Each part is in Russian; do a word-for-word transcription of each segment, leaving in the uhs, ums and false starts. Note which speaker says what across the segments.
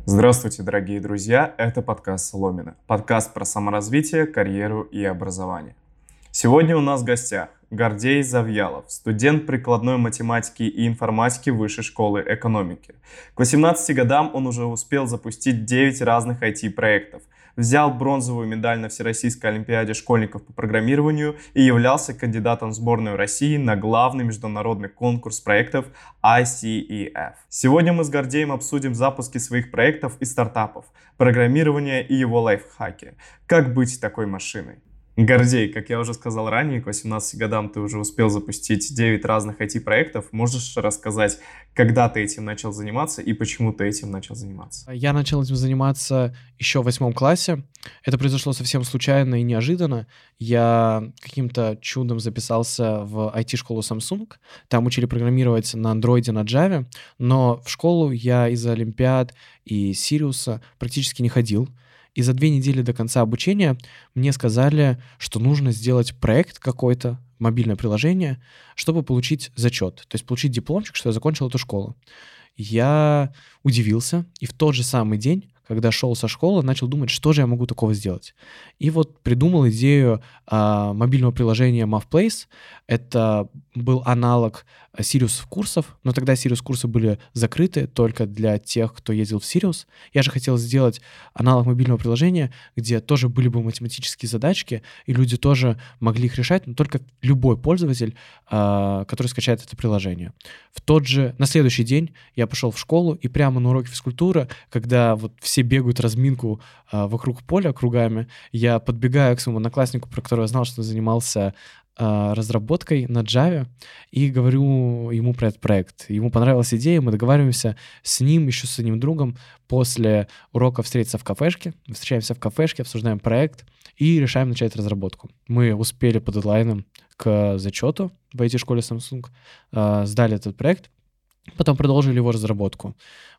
Speaker 1: Здравствуйте, дорогие друзья! Это подкаст Соломина. Подкаст про саморазвитие, карьеру и образование. Сегодня у нас в гостях Гордей Завьялов, студент прикладной математики и информатики Высшей школы экономики. К восемнадцати годам он уже успел запустить девять разных ай ти-проектов, взял бронзовую медаль на Всероссийской олимпиаде школьников по программированию и являлся кандидатом в сборную России на главный международный конкурс проектов ай си и эф. Сегодня мы с Гордеем обсудим запуски своих проектов и стартапов, программирование и его лайфхаки. Как быть такой машиной? Гордей, как я уже сказал ранее, к восемнадцати годам ты уже успел запустить девять разных ай ти-проектов. Можешь рассказать, когда ты этим начал заниматься и почему ты этим начал заниматься?
Speaker 2: Я начал этим заниматься еще в восьмом классе. Это произошло совсем случайно и неожиданно. Я каким-то чудом записался в ай ти-школу Samsung. Там учили программировать на Android, на Java. Но в школу я из-за олимпиад и Сириуса практически не ходил. И за две недели до конца обучения мне сказали, что нужно сделать проект какой-то, мобильное приложение, чтобы получить зачет, то есть получить дипломчик, что я закончил эту школу. Я удивился, и в тот же самый день, когда шел со школы, начал думать, что же я могу такого сделать. И вот придумал идею а, мобильного приложения MavPlace. Это был аналог Sirius курсов, но тогда Sirius курсы были закрыты только для тех, кто ездил в Sirius. Я же хотел сделать аналог мобильного приложения, где тоже были бы математические задачки, и люди тоже могли их решать, но только любой пользователь, а, который скачает это приложение. В тот же, на следующий день я пошел в школу, и прямо на уроке физкультуры, когда вот все бегают разминку а, вокруг поля кругами, я подбегаю к своему однокласснику, про которого я знал, что он занимался а, разработкой на Java, и говорю ему про этот проект. Ему понравилась идея, мы договариваемся с ним, еще с одним другом, после урока встретиться в кафешке. Встречаемся в кафешке, обсуждаем проект и решаем начать разработку. Мы успели по дедлайнам к зачету в ай ти-школе Samsung, а, сдали этот проект, потом продолжили его разработку.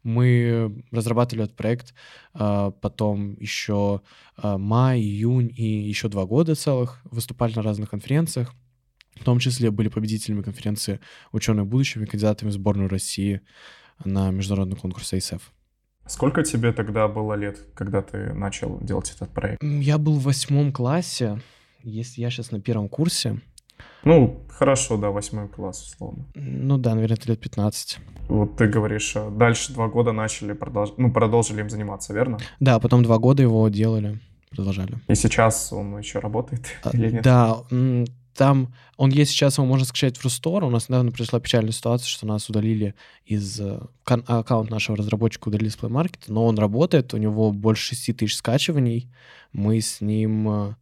Speaker 2: Мы разрабатывали этот проект а, потом еще а, май, июнь и еще два года целых. Выступали на разных конференциях. В том числе были победителями конференции «Ученые будущего» и кандидатами в сборную России на международный конкурс эй эс эф.
Speaker 1: Сколько тебе тогда было лет, когда ты начал делать этот проект?
Speaker 2: Я был в восьмом классе. Если я сейчас на первом курсе.
Speaker 1: Ну, хорошо, да, восьмой класс, условно.
Speaker 2: Ну да, наверное, это лет пятнадцать.
Speaker 1: Вот ты говоришь, дальше два года начали, продолж... ну, продолжили им заниматься, верно?
Speaker 2: Да, потом два года его делали, продолжали.
Speaker 1: И сейчас он еще работает
Speaker 2: А,
Speaker 1: или нет?
Speaker 2: Да, м, там он есть сейчас, его можно скачать в Рустор. У нас недавно произошла печальная ситуация, что нас удалили из э, кон- аккаунт нашего разработчика, удалили из Play Market, но он работает, у него больше шести тысяч скачиваний. Мы с ним э,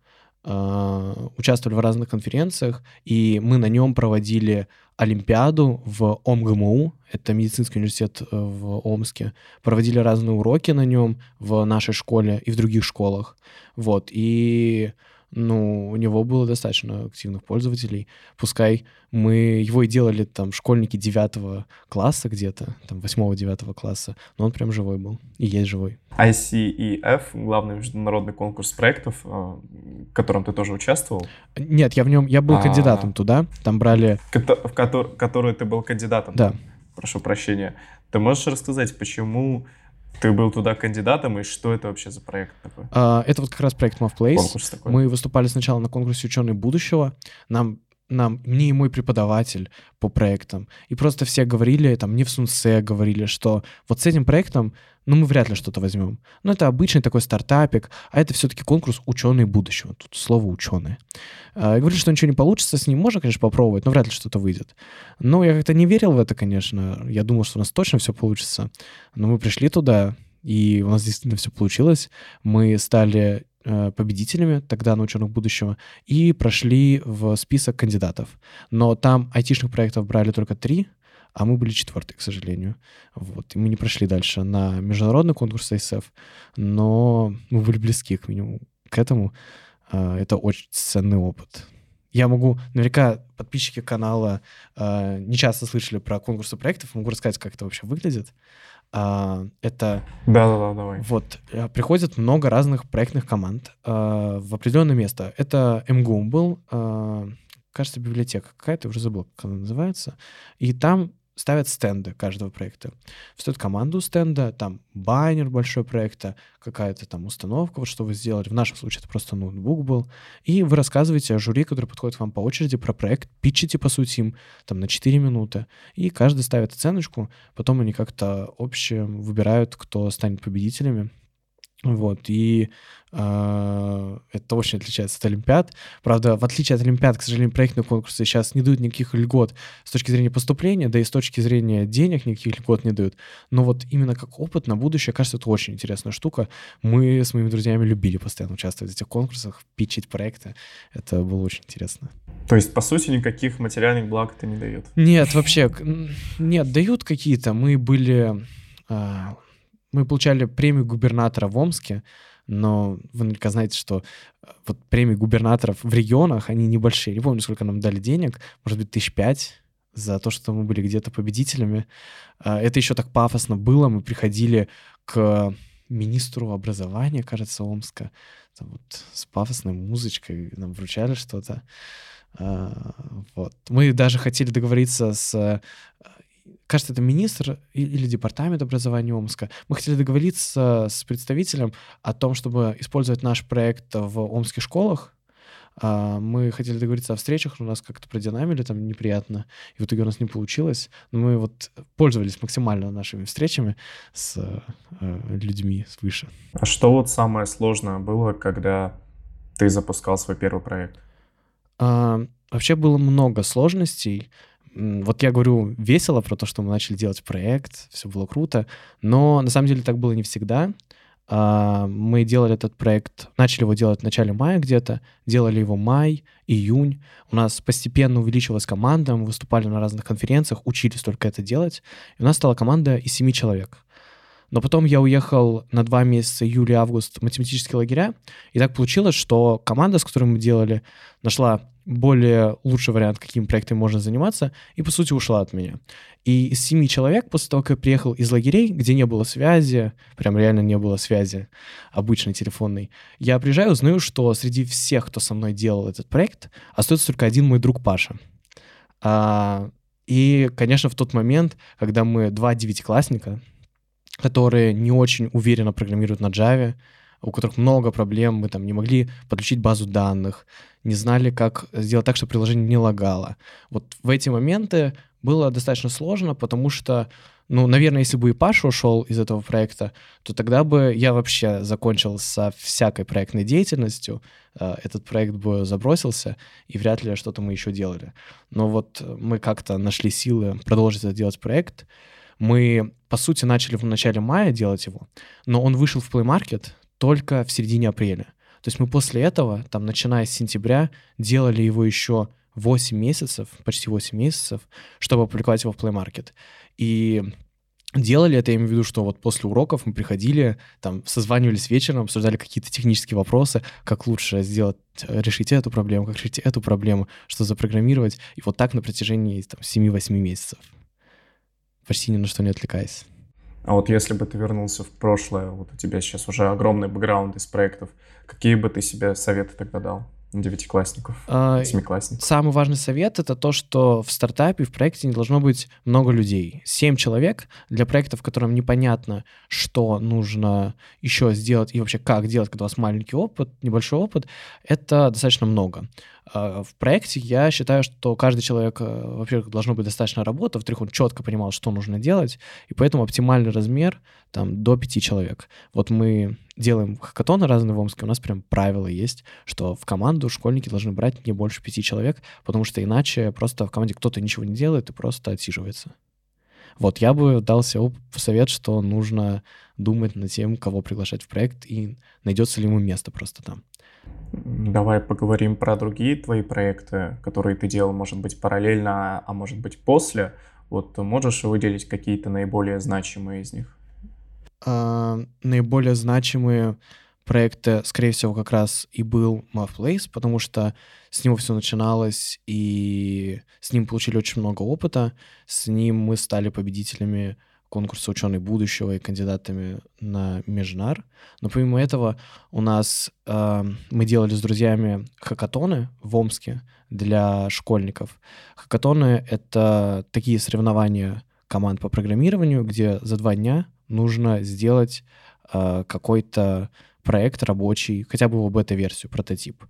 Speaker 2: э, участвовали в разных конференциях, и мы на нем проводили олимпиаду в ОМГМУ, это медицинский университет э, в Омске, проводили разные уроки на нем в нашей школе и в других школах. Вот, и ну, у него было достаточно активных пользователей. Пускай мы его и делали там школьники девятого класса где-то, там восьмого-девятого класса, но он прям живой был и есть живой.
Speaker 1: ай си и эф, главный международный конкурс проектов, в котором ты тоже участвовал?
Speaker 2: Нет, я в нем, я был
Speaker 1: А.
Speaker 2: кандидатом туда, там брали...
Speaker 1: Кото- В котор- который ты был кандидатом?
Speaker 2: Да.
Speaker 1: Прошу прощения. Ты можешь рассказать, почему ты был туда кандидатом и что это вообще за проект такой?
Speaker 2: А, это вот как раз проект MavPlace.
Speaker 1: Конкурс такой.
Speaker 2: Мы выступали сначала на конкурсе «Ученые будущего». Нам, нам, мне и мой преподаватель по проектам. И просто все говорили, там, мне в Сунсе говорили, что вот с этим проектом, ну, мы вряд ли что-то возьмем. Ну, это обычный такой стартапик, а это все-таки конкурс «Ученые будущего». Тут слово «ученые». А, и говорили, что ничего не получится, с ним можно, конечно, попробовать, но вряд ли что-то выйдет. Но я как-то не верил в это, конечно. Я думал, что у нас точно все получится. Но мы пришли туда, и у нас действительно все получилось. Мы стали э, победителями тогда на «Ученых будущего» и прошли в список кандидатов. Но там айтишных проектов брали только три, а мы были четвертые, к сожалению. Вот. И мы не прошли дальше на международный конкурс эй эс эф, но мы были близки к минимуму к этому. Э, это очень ценный опыт. Я могу, наверняка подписчики канала э, не часто слышали про конкурсы проектов, могу рассказать, как это вообще выглядит. А, это
Speaker 1: Да-да-да, давай.
Speaker 2: вот приходит много разных проектных команд а, в определенное место. Это эм гэ у был, а, кажется, библиотека какая-то, уже забыл, как она называется. И там ставят стенды каждого проекта. Встает команда у стенда, там баннер большой проекта, какая-то там установка, вот что вы сделали. В нашем случае это просто ноутбук был. И вы рассказываете о жюри, который подходит к вам по очереди, про проект, питчите, по сути, им там на четыре минуты. И каждый ставит оценочку, потом они как-то общем выбирают, кто станет победителями. Вот, и э, это очень отличается от Олимпиад. Правда, в отличие от Олимпиад, к сожалению, проектные конкурсы сейчас не дают никаких льгот с точки зрения поступления, да и с точки зрения денег никаких льгот не дают. Но вот именно как опыт на будущее, кажется, это очень интересная штука. Мы с моими друзьями любили постоянно участвовать в этих конкурсах, питчить проекты. Это было очень интересно.
Speaker 1: То есть, по сути, никаких материальных благ это не дает?
Speaker 2: Нет, вообще, нет, дают какие-то. Мы были... Э, Мы получали премию губернатора в Омске, но вы наверняка знаете, что вот премии губернаторов в регионах, они небольшие. Не помню, сколько нам дали денег, может быть, тысяч пять за то, что мы были где-то победителями. Это еще так пафосно было. Мы приходили к министру образования, кажется, Омска, там вот с пафосной музычкой, нам вручали что-то. Вот. Мы даже хотели договориться с... Кажется, это министр или департамент образования Омска. Мы хотели договориться с представителем о том, чтобы использовать наш проект в омских школах. Мы хотели договориться о встречах, но нас как-то продинамили там неприятно, и в итоге у нас не получилось. Но мы вот пользовались максимально нашими встречами с людьми свыше.
Speaker 1: А что вот самое сложное было, когда ты запускал свой первый проект?
Speaker 2: А, вообще было много сложностей. Вот я говорю весело про то, что мы начали делать проект, все было круто, но на самом деле так было не всегда. Мы делали этот проект, начали его делать в начале мая где-то, делали его май, июнь. У нас постепенно увеличилась команда, мы выступали на разных конференциях, учились только это делать. И у нас стала команда из семи человек. Но потом я уехал на два месяца, июль и август, в математические лагеря, и так получилось, что команда, с которой мы делали, нашла более лучший вариант, какими проектами можно заниматься, и, по сути, ушла от меня. И из семи человек, после того, как я приехал из лагерей, где не было связи, прям реально не было связи обычной телефонной, я приезжаю и узнаю, что среди всех, кто со мной делал этот проект, остается только один мой друг Паша. А, и, конечно, в тот момент, когда мы два девятиклассника, которые не очень уверенно программируют на Java, у которых много проблем, мы там не могли подключить базу данных, не знали, как сделать так, чтобы приложение не лагало. Вот в эти моменты было достаточно сложно, потому что, ну, наверное, если бы и Паша ушел из этого проекта, то тогда бы я вообще закончил со всякой проектной деятельностью, этот проект бы забросился, и вряд ли что-то мы еще делали. Но вот мы как-то нашли силы продолжить это делать проект. Мы, по сути, начали в начале мая делать его, но он вышел в Play Market только в середине апреля. То есть мы после этого, там, начиная с сентября, делали его еще восемь месяцев, почти восемь месяцев, чтобы опубликовать его в Play Market. И делали это, я имею в виду, что вот после уроков мы приходили, там, созванивались вечером, обсуждали какие-то технические вопросы, как лучше сделать, решить эту проблему, как решить эту проблему, что запрограммировать. И вот так на протяжении там, семь-восемь месяцев. Почти ни на что не отвлекаясь.
Speaker 1: А вот если бы ты вернулся в прошлое, вот у тебя сейчас уже огромный бэкграунд из проектов, какие бы ты себе советы тогда дал девятиклассников,
Speaker 2: А,
Speaker 1: семиклассников?
Speaker 2: Самый важный совет — это то, что в стартапе, в проекте не должно быть много людей. Семь человек для проекта, в котором непонятно, что нужно еще сделать и вообще как делать, когда у вас маленький опыт, небольшой опыт, это достаточно много. В проекте я считаю, что каждый человек, во-первых, должно быть достаточно работы, во-вторых, он четко понимал, что нужно делать, и поэтому оптимальный размер там до пяти человек. Вот мы делаем хакатоны разные в Омске, у нас прям правило есть, что в команду школьники должны брать не больше пяти человек, потому что иначе просто в команде кто-то ничего не делает и просто отсиживается. Вот, я бы дал себе совет, что нужно думать над тем, кого приглашать в проект, и найдется ли ему место просто там.
Speaker 1: Давай поговорим про другие твои проекты, которые ты делал, может быть, параллельно, а может быть, после. Вот можешь выделить какие-то наиболее значимые из них?
Speaker 2: А, наиболее значимые проекты, скорее всего, как раз и был MathPlace, потому что с него все начиналось, и с ним получили очень много опыта. С ним мы стали победителями конкурса «Ученый будущего» и кандидатами на Межнар. Но помимо этого у нас э, мы делали с друзьями хакатоны в Омске для школьников. Хакатоны — это такие соревнования команд по программированию, где за два дня нужно сделать э, какой-то проект рабочий, хотя бы в бета-версию, прототип.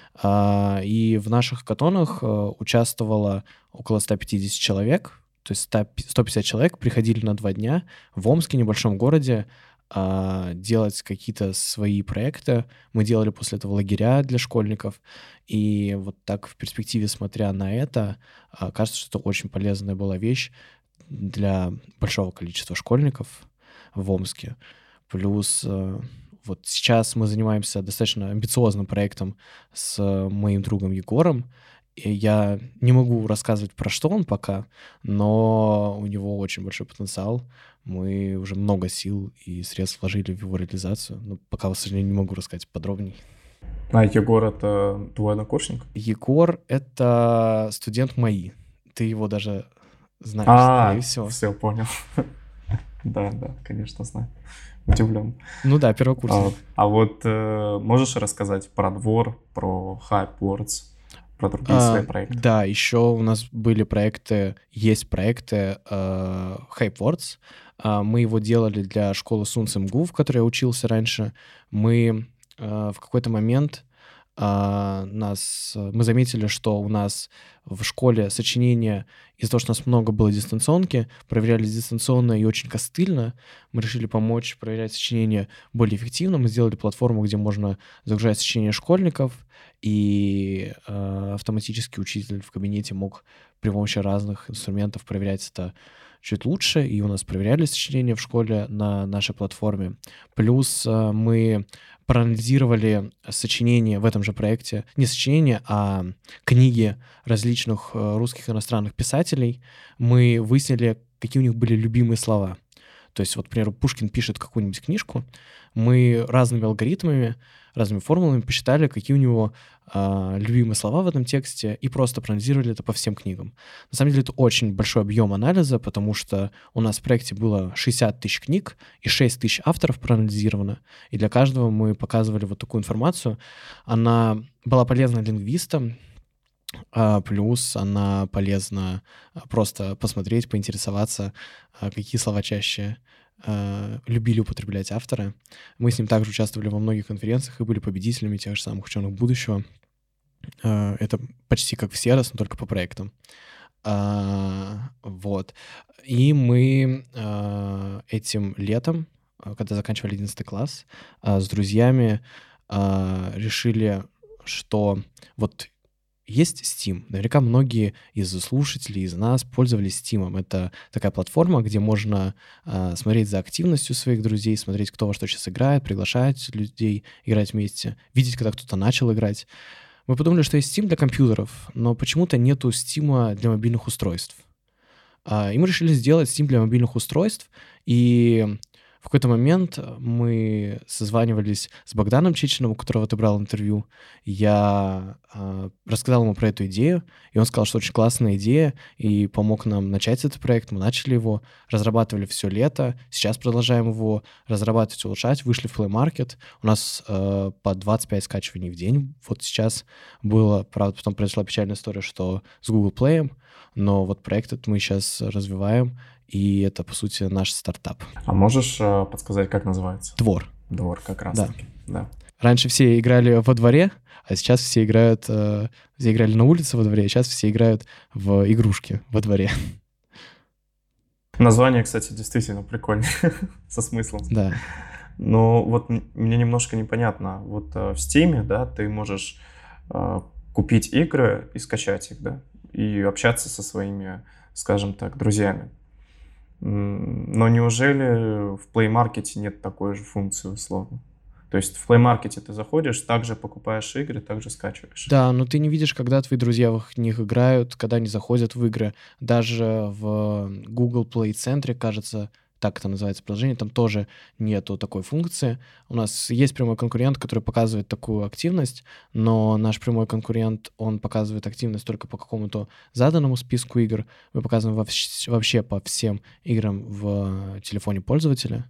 Speaker 2: А, и в наших хакатонах а, участвовало около ста пятидесяти человек, то есть сто пятьдесят человек приходили на два дня в Омске, небольшом городе, а, делать какие-то свои проекты. Мы делали после этого лагеря для школьников, и вот так в перспективе, смотря на это, а, кажется, что это очень полезная была вещь для большого количества школьников в Омске. Плюс а, вот сейчас мы занимаемся достаточно амбициозным проектом с моим другом Егором. И я не могу рассказывать, про что он пока, но у него очень большой потенциал. Мы уже много сил и средств вложили в его реализацию. Но пока, к сожалению, не могу рассказать подробней.
Speaker 1: А Егор — это твой однокурсник?
Speaker 2: Егор — это студент МАИ. Ты его даже знаешь,
Speaker 1: А,
Speaker 2: скорее всего.
Speaker 1: все, понял. Да, да, конечно, знаю. Удивлен.
Speaker 2: Ну да, первокурсник.
Speaker 1: А, а вот э, можешь рассказать про Двор, про HypeWords, про другие
Speaker 2: А,
Speaker 1: свои проекты?
Speaker 2: Да, еще у нас были проекты, есть проекты э, HypeWords. А, мы его делали для школы Сунс МГУ, в которой я учился раньше. Мы э, в какой-то момент а, нас, мы заметили, что у нас в школе сочинения, из-за того, что у нас много было дистанционки, проверялись дистанционно и очень костыльно. Мы решили помочь проверять сочинения более эффективно. Мы сделали платформу, где можно загружать сочинения школьников, и э, автоматически учитель в кабинете мог при помощи разных инструментов проверять это чуть лучше, и у нас проверяли сочинения в школе на нашей платформе. Плюс э, мы проанализировали сочинения в этом же проекте, не сочинения, а книги различных э, русских и иностранных писателей. Мы выяснили, какие у них были любимые слова. То есть, вот, к примеру, Пушкин пишет какую-нибудь книжку, мы разными алгоритмами, разными формулами посчитали, какие у него э, любимые слова в этом тексте, и просто проанализировали это по всем книгам. На самом деле это очень большой объем анализа, потому что у нас в проекте было шестьдесят тысяч книг, и шесть тысяч авторов проанализировано, и для каждого мы показывали вот такую информацию. Она была полезна лингвистам, а, плюс она полезна просто посмотреть, поинтересоваться, а, какие слова чаще а, любили употреблять авторы. Мы с ним также участвовали во многих конференциях и были победителями тех же самых ученых будущего. А, это почти как в Серос, но только по проектам. А, вот. И мы а, этим летом, когда заканчивали одиннадцатый класс, а, с друзьями а, решили, что вот есть Steam. Наверняка многие из слушателей, из нас пользовались Steam. Это такая платформа, где можно э, смотреть за активностью своих друзей, смотреть, кто во что сейчас играет, приглашать людей играть вместе, видеть, когда кто-то начал играть. Мы подумали, что есть Steam для компьютеров, но почему-то нету Steam для мобильных устройств. А, и мы решили сделать Steam для мобильных устройств, и в какой-то момент мы созванивались с Богданом Чечиным, у которого ты брал интервью. Я э, рассказал ему про эту идею, и он сказал, что очень классная идея, и помог нам начать этот проект. Мы начали его, разрабатывали все лето, сейчас продолжаем его разрабатывать, улучшать. Вышли в Play Market. У нас э, по двадцать пять скачиваний в день. Вот сейчас было, правда, потом произошла печальная история, что с Google Play, но вот проект этот мы сейчас развиваем, и это, по сути, наш стартап.
Speaker 1: А можешь э, подсказать, как называется?
Speaker 2: Двор.
Speaker 1: Двор, как раз
Speaker 2: Да.
Speaker 1: таки. Да.
Speaker 2: Раньше все играли во дворе, а сейчас все играют... Э, все играли на улице во дворе, а сейчас все играют в игрушки во дворе.
Speaker 1: Название, кстати, действительно прикольное, со смыслом.
Speaker 2: Да.
Speaker 1: Но вот м- мне немножко непонятно. Вот э, в Steam, да, ты можешь э, купить игры и скачать их, да, и общаться со своими, скажем так, друзьями. М, Но неужели в Play Market нет такой же функции условно? То есть в Play Market ты заходишь, также покупаешь игры, также скачиваешь.
Speaker 2: Да, но ты не видишь, когда твои друзья в них играют, когда они заходят в игры. Даже в Google Play центре, кажется, так это называется приложение, там тоже нету такой функции. У нас есть прямой конкурент, который показывает такую активность, но наш прямой конкурент, он показывает активность только по какому-то заданному списку игр. Мы показываем вообще, вообще по всем играм в телефоне пользователя.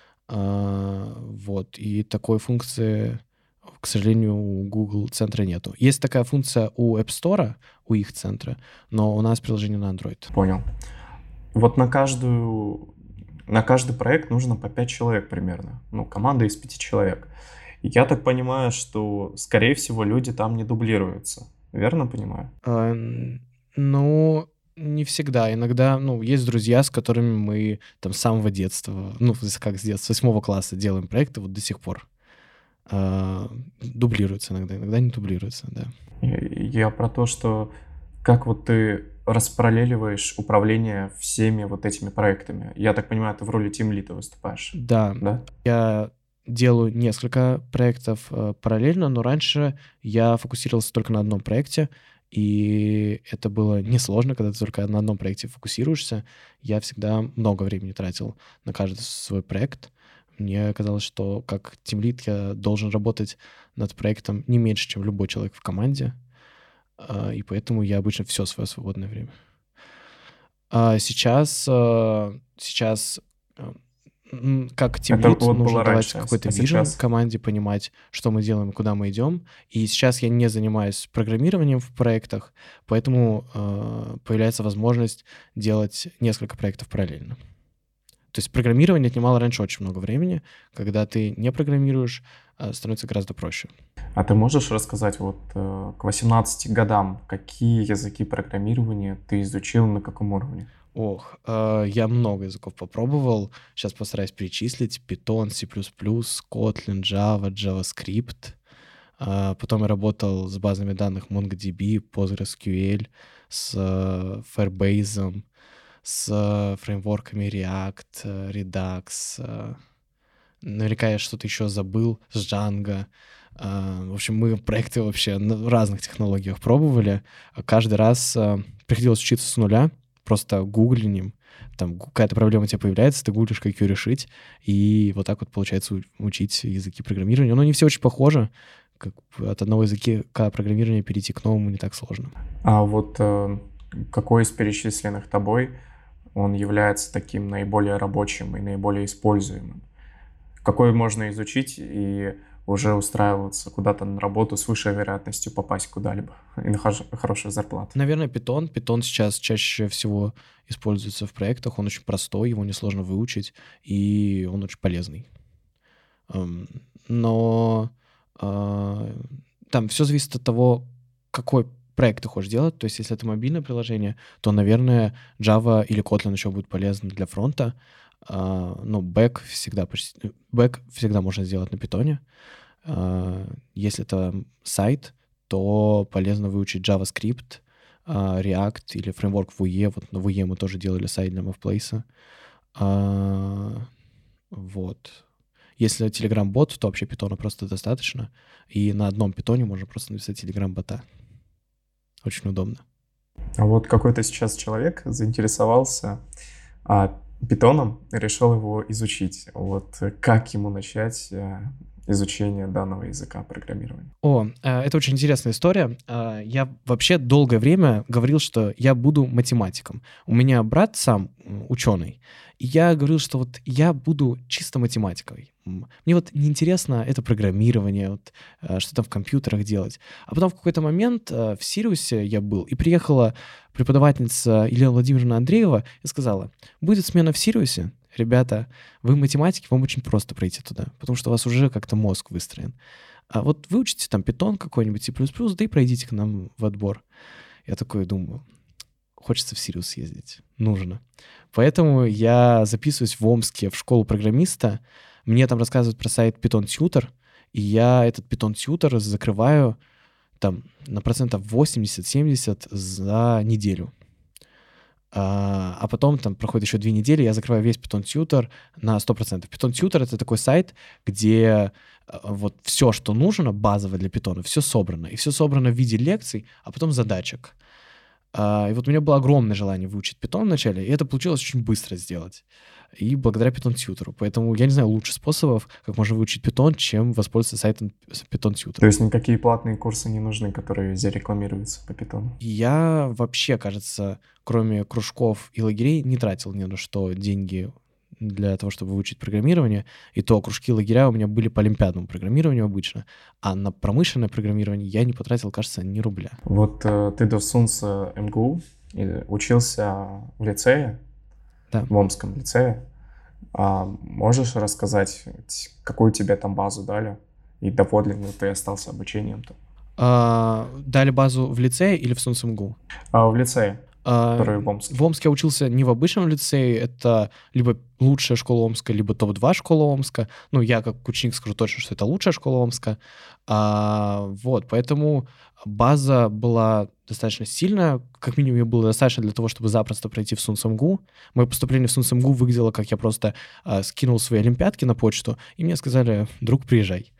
Speaker 2: А, вот, и такой функции, к сожалению, у Google центра нету. Есть такая функция у App Store, у их центра, но у нас приложение на Android.
Speaker 1: Понял. Вот на каждую, на каждый проект нужно по пять человек примерно. Ну, команда из пяти человек. Я так понимаю, что, скорее всего, люди там не дублируются. Верно понимаю?
Speaker 2: А, н- ну, не всегда. Иногда, ну, есть друзья, с которыми мы там с самого детства, ну, с- как с детства, с восьмого класса делаем проекты вот до сих пор. А, дублируются иногда, иногда не дублируются, да.
Speaker 1: И Я про то, что как вот ты распараллеливаешь управление всеми вот этими проектами. Я так понимаю, ты в роли тимлида выступаешь,
Speaker 2: Да,
Speaker 1: да?
Speaker 2: я делаю несколько проектов э, параллельно, но раньше я фокусировался только на одном проекте, и это было несложно, когда ты только на одном проекте фокусируешься. Я всегда много времени тратил на каждый свой проект. Мне казалось, что как тимлид я должен работать над проектом не меньше, чем любой человек в команде, а, и поэтому я обычно все свое свободное время. А сейчас, э, сейчас, э, м, как
Speaker 1: Это
Speaker 2: тимлид
Speaker 1: вот
Speaker 2: нужно
Speaker 1: было
Speaker 2: давать
Speaker 1: раньше, а с-
Speaker 2: какой-то
Speaker 1: а
Speaker 2: вижен
Speaker 1: сейчас?
Speaker 2: команде, понимать, что мы делаем и куда мы идем. И сейчас я не занимаюсь программированием в проектах, поэтому э, появляется возможность делать несколько проектов параллельно. То есть программирование отнимало раньше очень много времени. Когда ты не программируешь, э, становится гораздо проще.
Speaker 1: А ты можешь рассказать вот э, к восемнадцати годам, какие языки программирования ты изучил, на каком уровне?
Speaker 2: Ох, э, я много языков попробовал. Сейчас постараюсь перечислить. Python, C++, Kotlin, Java, JavaScript. А, Потом я работал с базами данных MongoDB, PostgreSQL, с э, Firebase, с э, фреймворками React, э, Redux. э, Наверняка я что-то еще забыл, с Django. А, В общем, мы проекты вообще на разных технологиях пробовали. А Каждый раз э, приходилось учиться с нуля, просто гуглинем. Там гу- какая-то проблема у тебя появляется, ты гуглишь, как ее решить, и вот так вот получается у- учить языки программирования. Но они все очень похожи. Как бы от одного языка программирования перейти к новому не так сложно.
Speaker 1: А вот э, какой из перечисленных тобой он является таким наиболее рабочим и наиболее используемым? Какой можно изучить и уже устраиваться куда-то на работу с высшей вероятностью попасть куда-либо и на хож- хорошую зарплату?
Speaker 2: Наверное, Python. Python сейчас чаще всего используется в проектах. Он очень простой, его несложно выучить, и он очень полезный. Ам, Но а, там все зависит от того, какой проект ты хочешь делать. То есть, если это мобильное приложение, то, наверное, Java или Kotlin еще будет полезны для фронта. А, Но бэк всегда почти... Бэк всегда можно сделать на питоне. А, Если это сайт, то полезно выучить JavaScript, а, React или фреймворк Vue. Вот на Vue мы тоже делали сайт для MovPlace. А, Вот. Если Telegram-бот, то вообще питона просто достаточно. И на одном питоне можно просто написать Telegram-бота. Очень удобно.
Speaker 1: А вот какой-то сейчас человек заинтересовался а, питоном и решил его изучить. Вот э, как ему начать э, изучение данного языка программирования?
Speaker 2: О, э, это очень интересная история. А, Я вообще долгое время говорил, что я буду математиком. У меня брат сам м, ученый, и я говорил, что вот я буду чисто математикой. М, Мне вот неинтересно это программирование, вот, э, что там в компьютерах делать. А потом в какой-то момент э, в Сириусе я был, и приехала преподавательница Елена Владимировна Андреева и сказала: будет смена в Сириусе, ребята, вы математики, вам очень просто пройти туда, потому что у вас уже как-то мозг выстроен. А вот выучите там питон какой-нибудь, C++, да и пройдите к нам в отбор. Я такой думаю, хочется в Сириус съездить. Нужно. Поэтому я записываюсь в Омске в школу программиста. Мне там рассказывают про сайт Python Tutor, и я этот Python Tutor закрываю там на процентов восемьдесят-семьдесят за неделю. А, а потом там проходит еще две недели, я закрываю весь Python Tutor на сто процентов. Python Tutor — это такой сайт, где э, вот все, что нужно, базово для Python, все собрано. И все собрано в виде лекций, а потом задачек. А, и вот у меня было огромное желание выучить Python вначале, и это получилось очень быстро сделать. И благодаря Python Tutor. Поэтому я не знаю лучше способов, как можно выучить Python, чем воспользоваться сайтом с Python Tutor.
Speaker 1: То есть никакие платные курсы не нужны, которые зарекламируются по питону?
Speaker 2: Я вообще, кажется, кроме кружков и лагерей, не тратил ни на что деньги для того, чтобы выучить программирование. И то кружки и лагеря у меня были по олимпиадному программированию обычно, а на промышленное программирование я не потратил, кажется, ни рубля.
Speaker 1: Вот э, ты до СУНСа МГУ и учился в лицее,
Speaker 2: Да.
Speaker 1: в Омском лицее. А можешь рассказать, какую тебе там базу дали и доволен ли ты остался обучением-то?
Speaker 2: А, дали базу в лицее или в СунСМГУ?
Speaker 1: А, в лицее,
Speaker 2: А,
Speaker 1: который в Омске.
Speaker 2: в Омске я учился не в обычном лицее, это либо лучшая школа Омска, либо топ два школа Омска. Ну, я как ученик скажу точно, что это лучшая школа Омска. А, вот, поэтому база была достаточно сильная, как минимум ее было достаточно для того, чтобы запросто пройти в СунСМГУ. Мое поступление в СунСМГУ выглядело, как я просто а, скинул свои олимпиадки на почту, и мне сказали: друг, приезжай.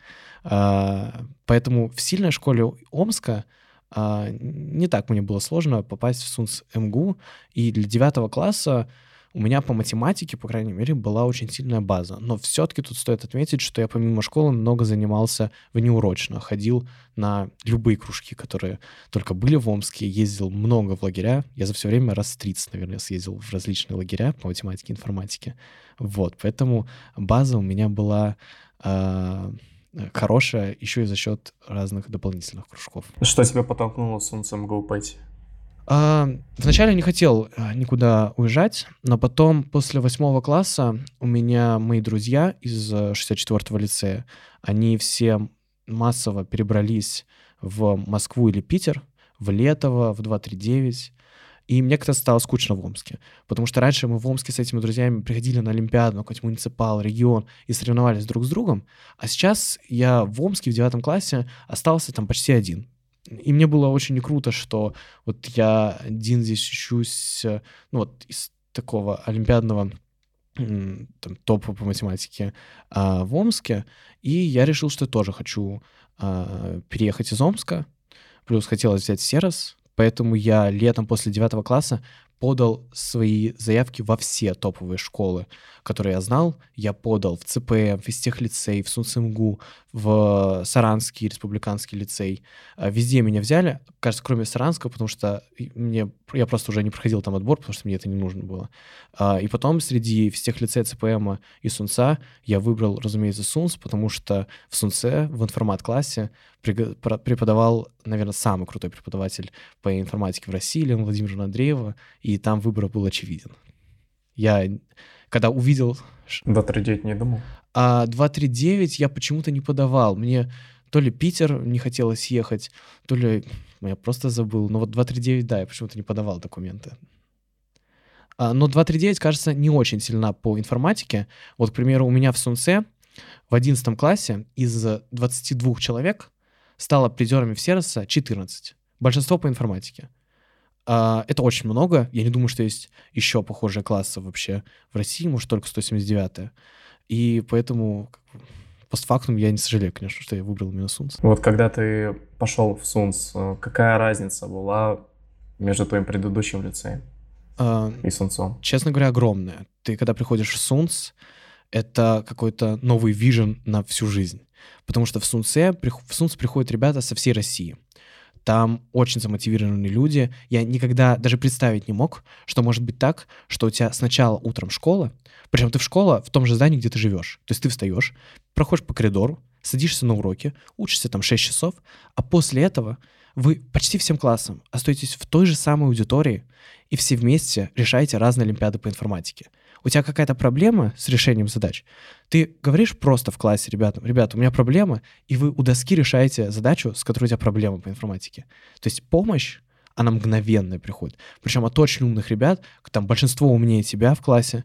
Speaker 2: А, поэтому в сильной школе Омска а, не так мне было сложно попасть в СунСМГУ, и для девятого класса у меня по математике, по крайней мере, была очень сильная база. Но все-таки тут стоит отметить, что я помимо школы много занимался внеурочно, ходил на любые кружки, которые только были в Омске, ездил много в лагеря. Я за все время раз тридцать, наверное, съездил в различные лагеря по математике и информатике. Вот, поэтому база у меня была а, хорошая еще и за счет разных дополнительных кружков.
Speaker 1: Что тебя подтолкнуло в СунСМГУ пойти?
Speaker 2: А, Вначале не хотел а, никуда уезжать, но потом, после восьмого класса, у меня мои друзья из э, шестьдесят четвёртого лицея, они все массово перебрались в Москву или Питер, в Летово, в два три девять. И мне как-то стало скучно в Омске. Потому что раньше мы в Омске с этими друзьями приходили на Олимпиаду, на какой-нибудь муниципал, регион и соревновались друг с другом. А сейчас я в Омске в девятом классе остался там почти один. И мне было очень не круто, что вот я один здесь учусь, э, ну вот из такого олимпиадного м, там, топа по математике а, в Омске. И я решил, что я тоже хочу а, переехать из Омска. Плюс хотелось взять Серос. Поэтому я летом после девятого класса подал свои заявки во все топовые школы, которые я знал. Я подал в ЦПМ, в физтехлицей, в СунСМГУ, в Саранский республиканский лицей. А, Везде меня взяли, кажется, кроме Саранского, потому что и мне, я просто уже не проходил там отбор, потому что мне это не нужно было. А, И потом среди физтехлицея, ЦПМа и СунСа я выбрал, разумеется, СунС, потому что в СунСе, в информат-классе приго- про- преподавал, наверное, самый крутой преподаватель по информатике в России, Лена Владимировна Андреева, и там выбор был очевиден. Я, когда увидел ш-
Speaker 1: До три девять не думал?
Speaker 2: а два три девять, я почему-то не подавал. Мне то ли Питер не хотелось ехать, то ли я просто забыл. Но вот два три девять, да, я почему-то не подавал документы. А, Но два три девять, кажется, не очень сильна по информатике. Вот, к примеру, у меня в СунСе в одиннадцатом классе из двадцати двух человек стало призерами в Сероса четырнадцать. Большинство по информатике. А, Это очень много. Я не думаю, что есть еще похожие классы вообще в России, может, только сто семьдесят девятая. И поэтому как бы, постфактум я не сожалею, конечно, что я выбрал именно СунС.
Speaker 1: Вот когда ты пошел в СунС, э, какая разница была между твоим предыдущим лицеем
Speaker 2: А,
Speaker 1: и СунСом?
Speaker 2: Честно говоря, огромная. Ты, когда приходишь в СунС, это какой-то новый вижен на всю жизнь. Потому что в СунСе, прих- в СунС приходят ребята со всей России. Там очень замотивированные люди. Я никогда даже представить не мог, что может быть так, что у тебя сначала утром школа, причем ты в школа в том же здании, где ты живешь. То есть ты встаешь, проходишь по коридору, садишься на уроки, учишься там шесть часов, а после этого вы почти всем классом остаетесь в той же самой аудитории и все вместе решаете разные олимпиады по информатике. У тебя какая-то проблема с решением задач, ты говоришь просто в классе ребятам: ребята, у меня проблема, и вы у доски решаете задачу, с которой у тебя проблема по информатике. То есть помощь, она мгновенная приходит. Причем от очень умных ребят, там большинство умнее тебя в классе,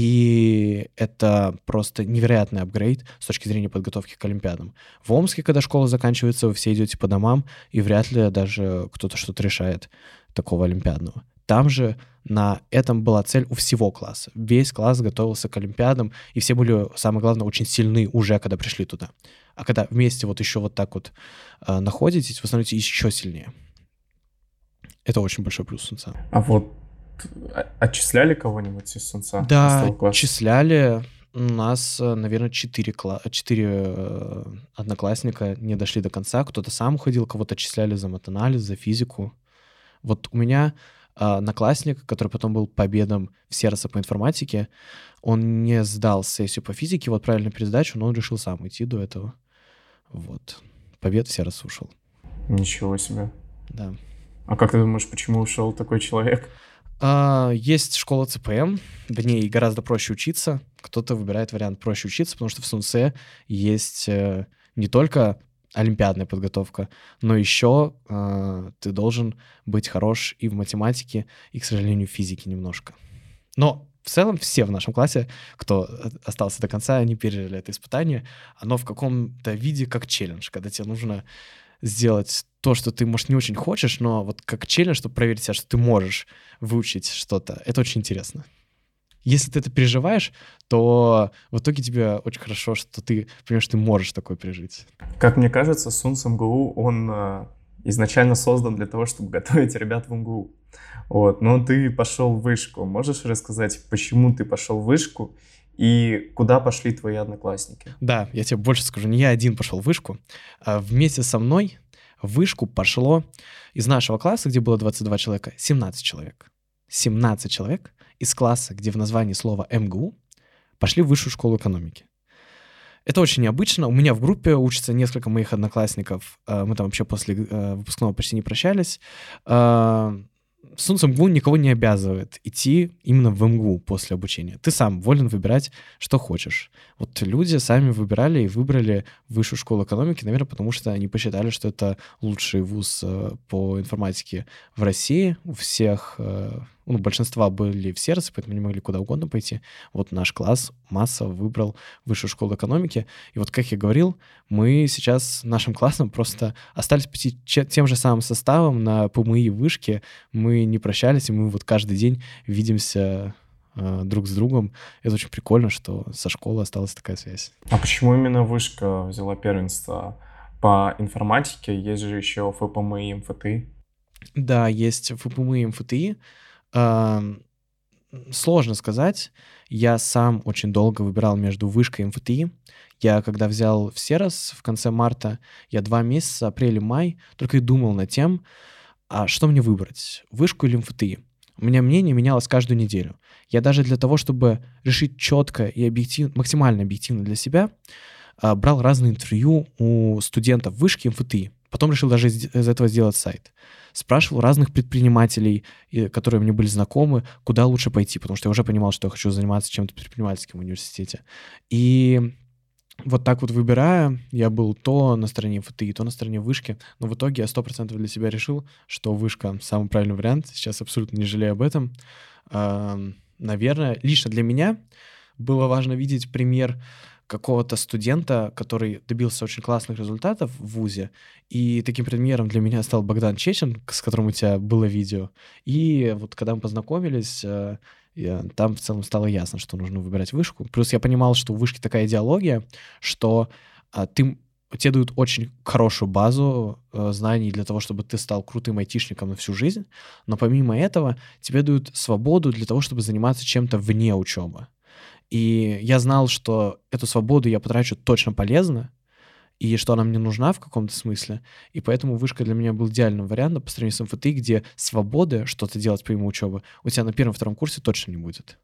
Speaker 2: и это просто невероятный апгрейд с точки зрения подготовки к олимпиадам. В Омске, когда школа заканчивается, вы все идете по домам, и вряд ли даже кто-то что-то решает такого олимпиадного. Там же на этом была цель у всего класса. Весь класс готовился к олимпиадам, и все были, самое главное, очень сильны уже, когда пришли туда. А когда вместе вот еще вот так вот э, находитесь, вы становитесь еще сильнее. Это очень большой плюс СунСа.
Speaker 1: А вот а- отчисляли кого-нибудь из СунСа? из
Speaker 2: Да,
Speaker 1: твоего класса?
Speaker 2: отчисляли. У нас, э, наверное, четыре, кла- четыре э, одноклассника не дошли до конца. Кто-то сам уходил, кого-то отчисляли за матанализ, за физику. Вот у меня э, одноклассник, который потом был победом в Сероса по информатике, он не сдал сессию по физике, вот правильную пересдачу, но он решил сам уйти до этого. Вот. Побед в Серос ушел.
Speaker 1: Ничего себе.
Speaker 2: Да.
Speaker 1: А как ты думаешь, почему ушел такой человек?
Speaker 2: А, есть школа ЦПМ, в ней гораздо проще учиться. Кто-то выбирает вариант проще учиться, потому что в СУНСе есть э, не только олимпиадная подготовка, но еще э, ты должен быть хорош и в математике, и, к сожалению, в физике немножко. Но в целом все в нашем классе, кто э, остался до конца, они пережили это испытание. Оно в каком-то виде как челлендж, когда тебе нужно сделать то, что ты, может, не очень хочешь, но вот как челлендж, чтобы проверить себя, что ты можешь выучить что-то. Это очень интересно. Если ты это переживаешь, то в итоге тебе очень хорошо, что ты понимаешь, что ты можешь такое пережить.
Speaker 1: Как мне кажется, СУНС МГУ, он э, изначально создан для того, чтобы готовить ребят в МГУ. Вот. Но ты пошел в вышку. Можешь рассказать, почему ты пошел в вышку и куда пошли твои одноклассники?
Speaker 2: Да, я тебе больше скажу, не я один пошел в вышку. А вместе со мной в вышку пошло из нашего класса, где было двадцать два человека, семнадцать человек. семнадцать человек из класса, где в названии слово МГУ, пошли в высшую школу экономики. Это очень необычно. У меня в группе учатся несколько моих одноклассников. А, Мы там вообще после э, выпускного почти не прощались. А, СУНС МГУ никого не обязывает идти именно в МГУ после обучения. Ты сам волен выбирать, что хочешь. Вот люди сами выбирали и выбрали высшую школу экономики, наверное, потому что они посчитали, что это лучший вуз э, по информатике в России. У всех, э, ну, большинства были в сердце, поэтому не могли куда угодно пойти. Вот наш класс массово выбрал высшую школу экономики. И вот, как я говорил, мы сейчас нашим классом просто остались пойти че- тем же самым составом на ПМИ и вышке. Мы не прощались, и мы вот каждый день видимся э, друг с другом. Это очень прикольно, что со школы осталась такая связь.
Speaker 1: А почему именно вышка взяла первенство по информатике? Есть же еще ФПМИ и МФТИ.
Speaker 2: Да, есть ФПМИ и МФТИ. Ам, Сложно сказать. Я сам очень долго выбирал между вышкой и МФТИ. Я когда взял в Серос в конце марта, я два месяца, апрель и май, только и думал над тем, а что мне выбрать, вышку или МФТИ. У меня мнение менялось каждую неделю. Я даже для того, чтобы решить четко и объективно, максимально объективно для себя, а, брал разные интервью у студентов вышки и МФТИ. Потом решил даже из из этого сделать сайт. Спрашивал разных предпринимателей, и- которые мне были знакомы, куда лучше пойти, потому что я уже понимал, что я хочу заниматься чем-то предпринимательским в университете. И вот так вот выбирая, я был то на стороне МФТИ, то на стороне вышки, но в итоге я сто процентов для себя решил, что вышка самый правильный вариант. Сейчас абсолютно не жалею об этом. Ам, Наверное, лично для меня было важно видеть пример какого-то студента, который добился очень классных результатов в ВУЗе. И таким примером для меня стал Богдан Чечин, к- с которым у тебя было видео. И вот когда мы познакомились, э, я- там в целом стало ясно, что нужно выбирать вышку. Плюс я понимал, что у вышки такая идеология, что а, ты, м- тебе дают очень хорошую базу э, знаний для того, чтобы ты стал крутым айтишником на всю жизнь. Но помимо этого тебе дают свободу для того, чтобы заниматься чем-то вне учебы. И я знал, что эту свободу я потрачу точно полезно, и что она мне нужна в каком-то смысле. И поэтому вышка для меня был идеальным вариантом по сравнению с МФТИ, где свободы что-то делать помимо учебы у тебя на первом-втором курсе точно не будет.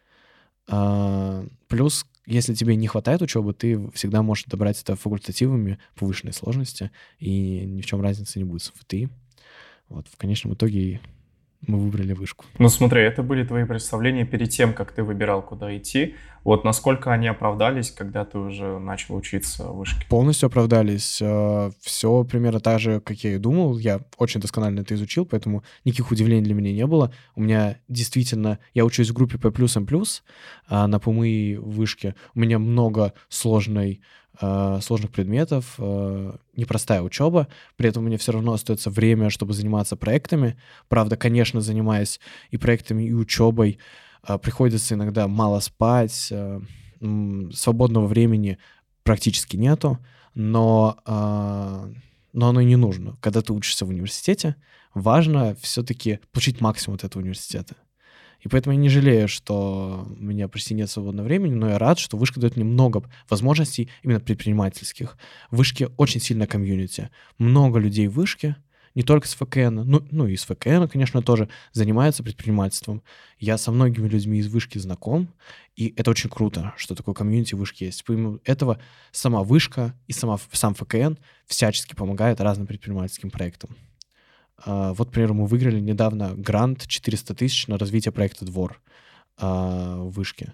Speaker 2: А, Плюс, если тебе не хватает учебы, ты всегда можешь добрать это факультативами повышенной сложности, и ни в чем разницы не будет с МФТИ. Вот, в конечном итоге мы выбрали вышку.
Speaker 1: Ну смотри, это были твои представления перед тем, как ты выбирал, куда идти. Вот насколько они оправдались, когда ты уже начал учиться в вышке?
Speaker 2: Полностью оправдались. Все примерно так же, как я и думал. Я очень досконально это изучил, поэтому никаких удивлений для меня не было. У меня действительно... Я учусь в группе P++, а на ПМИ вышке. У меня много сложной, а, сложных предметов, а, непростая учеба. При этом у меня все равно остается время, чтобы заниматься проектами. Правда, конечно, занимаясь и проектами, и учебой, а, приходится иногда мало спать, а, м, свободного времени практически нету, но, а, но оно и не нужно. Когда ты учишься в университете, важно все-таки получить максимум от этого университета. И поэтому я не жалею, что у меня почти нет свободного времени, но я рад, что вышка дает мне много возможностей именно предпринимательских. В вышке очень сильная комьюнити. Много людей в вышке, не только с ФКН, ну, ну и с ФКН, конечно, тоже занимаются предпринимательством. Я со многими людьми из вышки знаком, и это очень круто, что такое комьюнити в вышке есть. Помимо этого, сама вышка и сама, сам ФКН всячески помогают разным предпринимательским проектам. А, Вот, например, мы выиграли недавно грант четыреста тысяч на развитие проекта «Двор» а, в Вышке.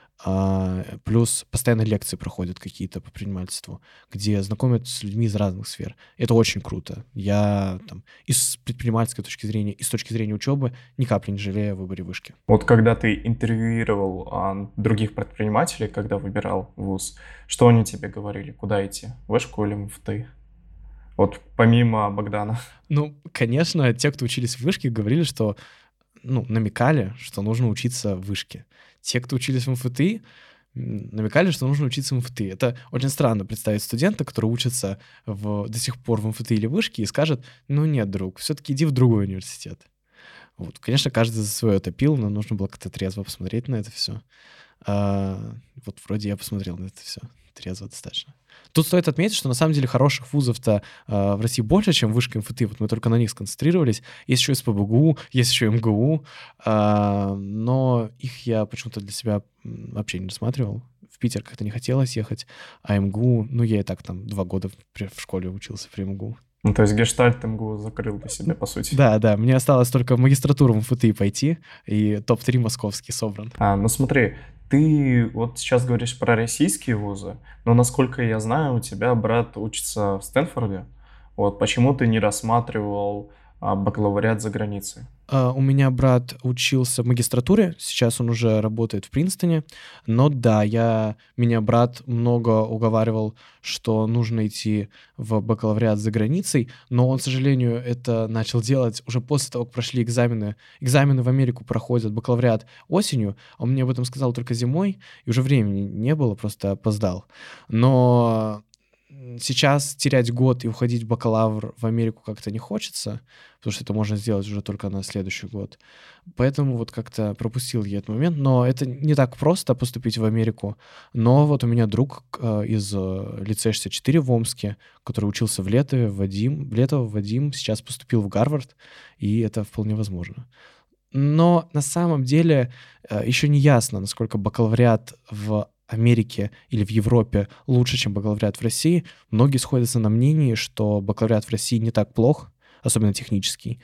Speaker 2: А, Плюс постоянно лекции проходят какие-то по предпринимательству, где знакомят с людьми из разных сфер. Это очень круто. Я там и с предпринимательской точки зрения, и с точки зрения учебы ни капли не жалею о выборе Вышки.
Speaker 1: Вот когда ты интервьюировал а, других предпринимателей, когда выбирал вуз, что они тебе говорили? Куда идти? Вышку или МФТИ? Вот помимо Богдана.
Speaker 2: Ну, конечно, те, кто учились в Вышке, говорили, что, ну, намекали, что нужно учиться в Вышке. Те, кто учились в МФТИ, м, намекали, что нужно учиться в МФТИ. Это очень странно представить студента, который учится в, до сих пор в МФТИ или Вышке, и скажет: ну нет, друг, все-таки иди в другой университет. Вот. Конечно, каждый за свое топил, но нужно было как-то трезво посмотреть на это все. А, вот вроде я посмотрел на это все трезво достаточно. Тут стоит отметить, что на самом деле хороших вузов-то а, в России больше, чем Вышка, МФТИ. Вот мы только на них сконцентрировались. Есть еще СПбГУ, есть еще МГУ, а, но их я почему-то для себя м, вообще не рассматривал. В Питер как-то не хотелось ехать, а МГУ, ну я и так там два года в, при- в школе учился при МГУ.
Speaker 1: Ну, то есть гештальт МГУ закрыл для себя, по сути.
Speaker 2: Да, да, мне осталось только в магистратуру в МФТИ пойти, и топ три московский собран.
Speaker 1: А, ну смотри, ты вот сейчас говоришь про российские вузы, но насколько я знаю, у тебя брат учится в Стэнфорде. Вот почему ты не рассматривал а, бакалавриат за границей?
Speaker 2: А, У меня брат учился в магистратуре, сейчас он уже работает в Принстоне, но да, я, меня брат много уговаривал, что нужно идти в бакалавриат за границей, но он, к сожалению, это начал делать уже после того, как прошли экзамены. Экзамены в Америку проходят, бакалавриат осенью, он мне об этом сказал только зимой, и уже времени не было, просто опоздал. Но м, сейчас терять год и уходить в бакалавр в Америку как-то не хочется, потому что это можно сделать уже только на следующий год. Поэтому вот как-то пропустил я этот момент. Но это не так просто поступить в Америку. Но вот у меня друг э, из э, лицея шестьдесят четыре в Омске, который учился в Летове, Вадим, Летов, Вадим, сейчас поступил в Гарвард, и это вполне возможно. Но на самом деле э, еще не ясно, насколько бакалавриат в Америке или в Европе лучше, чем бакалавриат в России. Многие сходятся на мнении, что бакалавриат в России не так плох, особенно технический,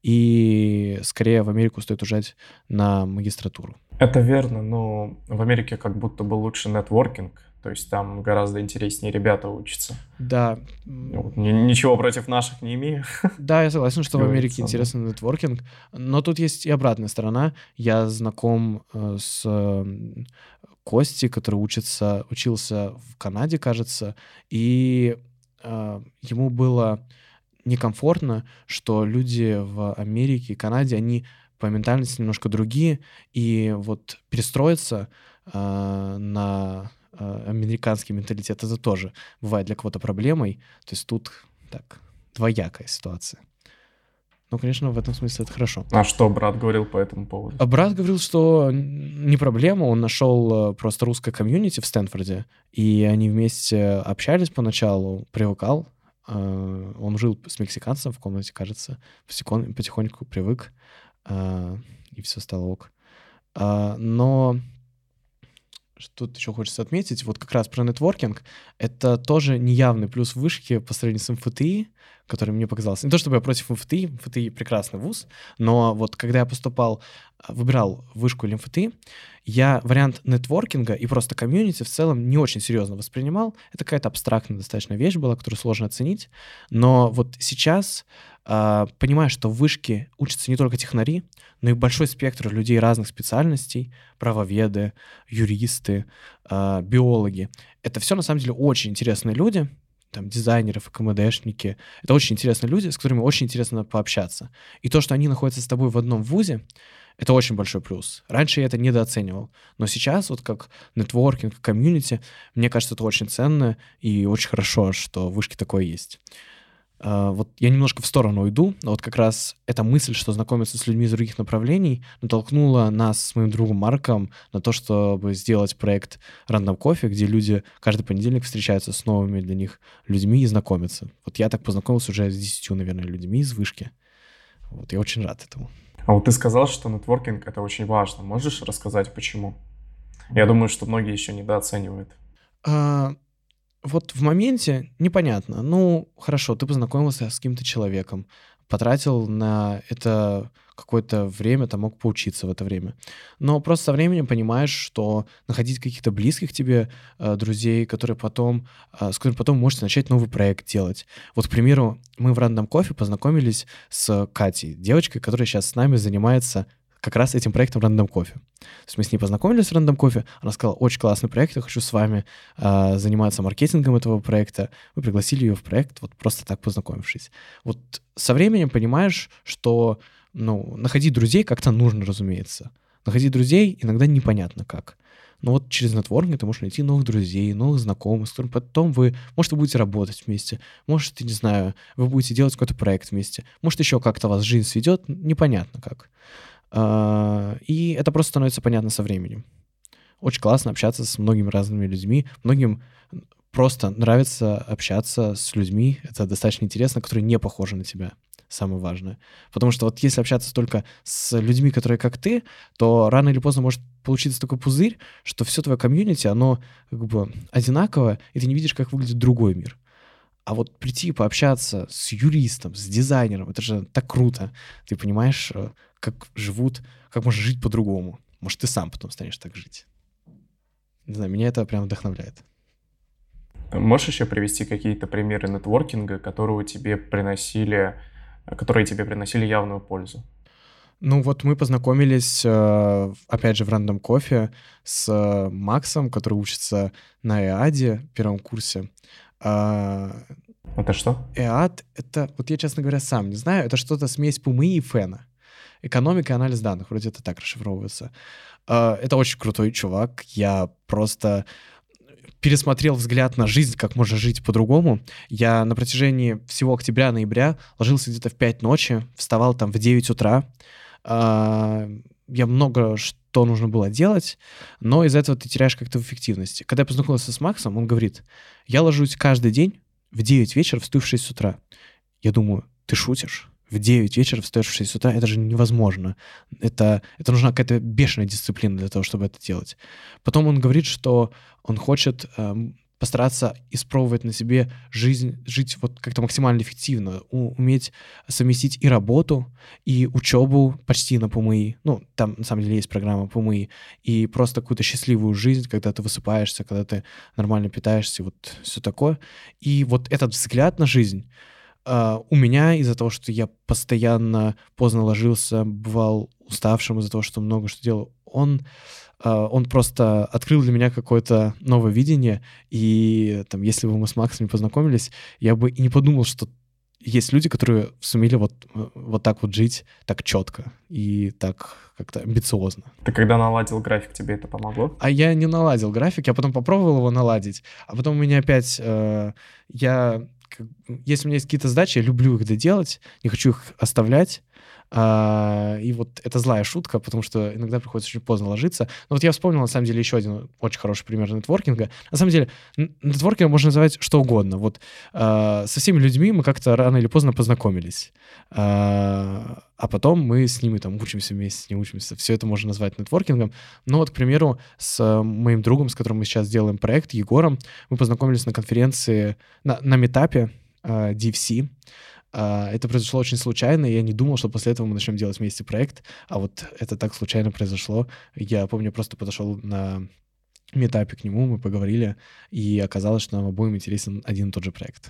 Speaker 2: и скорее в Америку стоит уезжать на магистратуру.
Speaker 1: Это верно, но в Америке как будто бы лучше нетворкинг, то есть там гораздо интереснее ребята учатся.
Speaker 2: Да,
Speaker 1: Ну,
Speaker 2: м,
Speaker 1: вот ни- ничего против наших не имею,
Speaker 2: да, я согласен, что в Америке
Speaker 1: говорится, да.
Speaker 2: интересный нетворкинг, но тут есть и обратная сторона. Я знаком э, с м, Костей, который учится, учился в Канаде, кажется, и э, ему было некомфортно, что люди в Америке и Канаде, они по ментальности немножко другие, и вот перестроиться а, на а, американский менталитет это тоже бывает для кого-то проблемой. То есть тут так двоякая ситуация. Ну, конечно, в этом смысле это хорошо.
Speaker 1: А что брат говорил по этому поводу?
Speaker 2: А брат говорил, что н- не проблема, он нашел э, просто русское комьюнити в Стэнфорде, и они вместе общались поначалу, привыкал. Э, Он жил с мексиканцем в комнате, кажется, потихон- потихоньку привык, а, и все стало ок. А, Но что тут еще хочется отметить, вот как раз про нетворкинг, это тоже неявный плюс вышки по сравнению с МФТИ, который мне показался. Не то чтобы я против МФТИ, МФТИ прекрасный вуз, но вот когда я поступал, а, выбирал вышку или МФТИ, я вариант нетворкинга и просто комьюнити в целом не очень серьезно воспринимал. Это какая-то абстрактная достаточно вещь была, которую сложно оценить. Но вот сейчас, а, понимая, что в вышке учатся не только технари, но и большой спектр людей разных специальностей, правоведы, юристы, а, биологи. Это все на самом деле очень интересные люди, там, дизайнеры, КМДшники. Это очень интересные люди, с которыми очень интересно пообщаться. И то, что они находятся с тобой в одном вузе, это очень большой плюс. Раньше я это недооценивал. Но сейчас, вот как нетворкинг, комьюнити, мне кажется, это очень ценно и очень хорошо, что в вышке такое есть. А, Вот я немножко в сторону уйду, но вот как раз эта мысль, что знакомиться с людьми из других направлений, натолкнула нас с моим другом Марком на то, чтобы сделать проект Random Coffee, где люди каждый понедельник встречаются с новыми для них людьми и знакомятся. Вот я так познакомился уже с десятью, наверное, людьми из вышки. Вот я очень рад этому.
Speaker 1: А вот ты сказал, что нетворкинг — это очень важно. Можешь рассказать, почему? Я думаю, что многие еще недооценивают.
Speaker 2: А, Вот в моменте непонятно. Ну, хорошо, ты познакомился с каким-то человеком, потратил на это какое-то время, там мог поучиться в это время. Но просто со временем понимаешь, что находить каких-то близких тебе э, друзей, которые потом, э, с которыми потом можете начать новый проект делать. Вот, к примеру, мы в Random Coffee познакомились с Катей, девочкой, которая сейчас с нами занимается как раз этим проектом Random Coffee. То есть мы с ней познакомились в Random Coffee, она сказала: очень классный проект, я хочу с вами э, заниматься маркетингом этого проекта. Мы пригласили ее в проект, вот просто так познакомившись. Вот со временем понимаешь, что ну, находить друзей как-то нужно, разумеется. Находить друзей иногда непонятно как. Но вот через нетворкинг ты можешь найти новых друзей, новых знакомых, с которыми потом вы, может, вы будете работать вместе, может, не знаю, вы будете делать какой-то проект вместе, может, еще как-то вас жизнь сведет, непонятно как. А, И это просто становится понятно со временем. Очень классно общаться с многими разными людьми, многим просто нравится общаться с людьми, это достаточно интересно, которые не похожи на тебя. Самое важное. Потому что вот если общаться только с людьми, которые как ты, то рано или поздно может получиться такой пузырь, что все твое комьюнити, оно как бы одинаковое, и ты не видишь, как выглядит другой мир. А вот прийти пообщаться с юристом, с дизайнером, это же так круто. Ты понимаешь, э, как живут, как можно жить по-другому. Может, ты сам потом станешь так жить. Не знаю, меня это прям вдохновляет.
Speaker 1: Можешь еще привести какие-то примеры нетворкинга, которые тебе приносили, которые тебе приносили явную пользу?
Speaker 2: Ну вот мы познакомились, э, опять же, в Random Coffee с э, Максом, который учится на ЭАДе в первом курсе. А,
Speaker 1: Это что?
Speaker 2: ЭАД — это, вот я, честно говоря, сам не знаю, это что-то смесь ПУМы и ФЭНа. Экономика и анализ данных, вроде это так расшифровывается. А, Это очень крутой чувак. Я просто пересмотрел взгляд на жизнь, как можно жить по-другому. Я на протяжении всего октября-ноября ложился где-то в пять ночи, вставал там в девять утра. А, Я много что нужно было делать, но из-за этого ты теряешь как-то в эффективности. Когда я познакомился с Максом, он говорит: я ложусь каждый день в девять вечера, встаю в шесть утра. Я думаю, ты шутишь? В девять вечера встаешь в шесть утра, это же невозможно. Это, это нужна какая-то бешеная дисциплина для того, чтобы это делать. Потом он говорит, что он хочет эм, постараться испробовать на себе жизнь, жить вот как-то максимально эффективно, у- уметь совместить и работу, и учебу почти на ПМИ. Ну, там на самом деле есть программа ПМИ, и просто какую-то счастливую жизнь, когда ты высыпаешься, когда ты нормально питаешься, вот все такое. И вот этот взгляд на жизнь а, у меня из-за того, что я постоянно поздно ложился, бывал уставшим из-за того, что много что делал, он, а, он просто открыл для меня какое-то новое видение. И там, если бы мы с Максом не познакомились, я бы и не подумал, что есть люди, которые сумели вот, э, вот так вот жить, так четко и так как-то амбициозно.
Speaker 1: Ты когда наладил график, тебе это помогло?
Speaker 2: А я не наладил график, я потом попробовал его наладить, а потом у меня опять, э, я, как- если у меня есть какие-то задачи, я люблю их доделать, не хочу их оставлять, а, и вот это злая шутка, потому что иногда приходится очень поздно ложиться. Но вот я вспомнил, на самом деле, еще один очень хороший пример нетворкинга. На самом деле, н- нетворкингом можно называть что угодно. Вот а, со всеми людьми мы как-то рано или поздно познакомились. А а потом мы с ними там учимся вместе, не учимся. Все это можно назвать нетворкингом. Но вот, к примеру, с э, моим другом, с которым мы сейчас делаем проект, Егором, мы познакомились на конференции, на, на метапе э, ди эф си. А, Это произошло очень случайно, и я не думал, что после этого мы начнем делать вместе проект, а вот это так случайно произошло. Я помню, просто подошел на метапе к нему, мы поговорили, и оказалось, что нам обоим интересен один и тот же проект.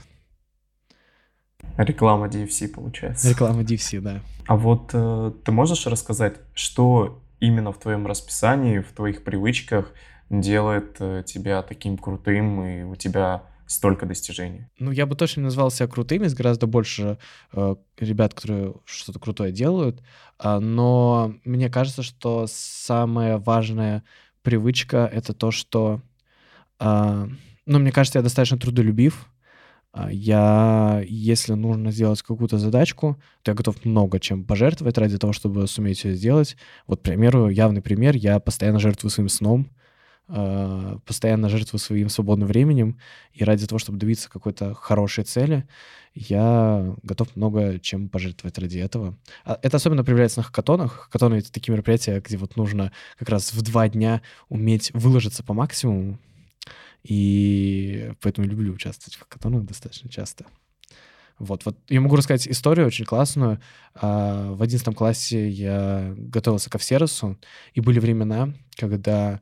Speaker 1: Реклама ди эф си, получается.
Speaker 2: Реклама ди эф си, да.
Speaker 1: А вот э, ты можешь рассказать, что именно в твоем расписании, в твоих привычках делает э, тебя таким крутым, и у тебя столько достижений?
Speaker 2: Ну, я бы точно не назвал себя крутым, есть гораздо больше э, ребят, которые что-то крутое делают, а, но мне кажется, что самая важная привычка — это то, что, а, ну, мне кажется, я достаточно трудолюбив. А, Я, если нужно сделать какую-то задачку, то я готов много чем пожертвовать ради того, чтобы суметь ее сделать. Вот, к примеру, явный пример, я постоянно жертвую своим сном, а, постоянно жертвую своим свободным временем, и ради того, чтобы добиться какой-то хорошей цели, я готов много чем пожертвовать ради этого. А Это особенно проявляется на хакатонах. Хакатоны — это такие мероприятия, где вот нужно как раз в два дня уметь выложиться по максимуму, и поэтому люблю участвовать в хакатонах достаточно часто. Вот, вот я могу рассказать историю очень классную. А, В одиннадцатом классе я готовился ко всеросу, и были времена, когда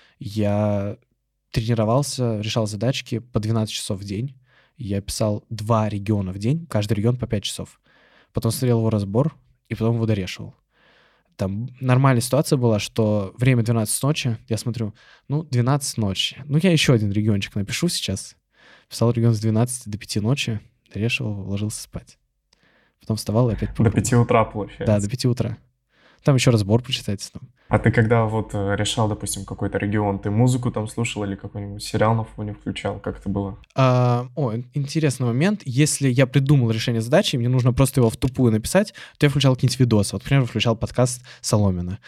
Speaker 2: я тренировался, решал задачки по двенадцать часов в день. Я писал два региона в день, каждый регион по пять часов. Потом смотрел его разбор, и потом его дорешивал. Там нормальная ситуация была, что время двенадцать ночи, я смотрю, ну, двенадцать ночи. Ну, я еще один региончик напишу сейчас. Писал регион с двенадцати до пяти ночи, дорешивал, ложился спать. Потом вставал и опять
Speaker 1: До
Speaker 2: попробовал.
Speaker 1: пяти утра, получается.
Speaker 2: Да, до пяти утра. Там еще разбор почитать. Там.
Speaker 1: А ты когда вот э, решал, допустим, какой-то регион, ты музыку там слушал или какой-нибудь сериал на фоне включал? Как это было?
Speaker 2: А, о, интересный момент. Если я придумал решение задачи, и мне нужно просто его в тупую написать, то я включал какие-нибудь видосы. Вот, например, включал подкаст Соломина.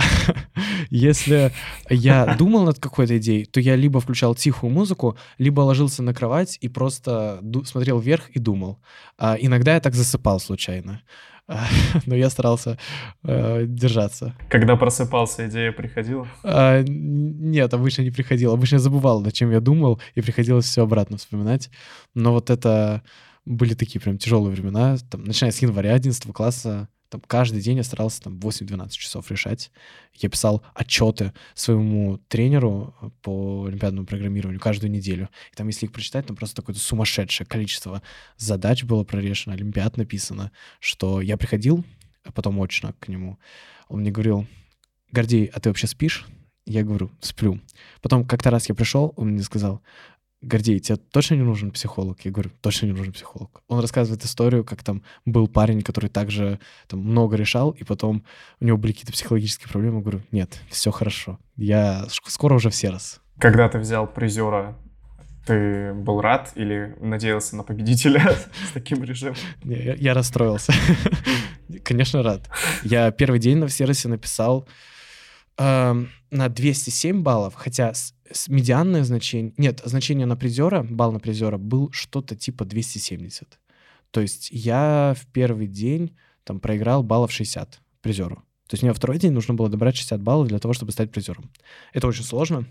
Speaker 2: Если я думал над какой-то идеей, то я либо включал тихую музыку, либо ложился на кровать и просто ду- смотрел вверх и думал. А, иногда я так засыпал случайно. Но я старался э, держаться.
Speaker 1: Когда просыпался, идея приходила?
Speaker 2: А, нет, обычно не приходило. Обычно я забывал, над чем я думал, и приходилось все обратно вспоминать. Но вот это были такие прям тяжелые времена. Там, начиная с января одиннадцатого класса, там, каждый день я старался там восемь-двенадцать часов решать. Я писал отчеты своему тренеру по олимпиадному программированию каждую неделю. И там, если их прочитать, там просто такое сумасшедшее количество задач было прорешено, олимпиад написано, что я приходил, а потом очно к нему. Он мне говорил: Гордей, а ты вообще спишь? Я говорю: сплю. Потом как-то раз я пришел, он мне сказал: Гордей, тебе точно не нужен психолог? Я говорю: точно не нужен психолог. Он рассказывает историю, как там был парень, который также там много решал, и потом у него были какие-то психологические проблемы. Я говорю: нет, все хорошо. Я скоро уже все раз.
Speaker 1: Когда ты взял призера, ты был рад или надеялся на победителя с таким режимом?
Speaker 2: Не, я, я расстроился. Конечно, рад. Я первый день на всеросе написал э, на двести семь баллов, хотя с, с медианное значение... Нет, значение на призера, балл на призера был что-то типа двести семьдесят. То есть я в первый день там проиграл баллов шестьдесят призеру. То есть мне во второй день нужно было добрать шестьдесят баллов для того, чтобы стать призером. Это очень сложно.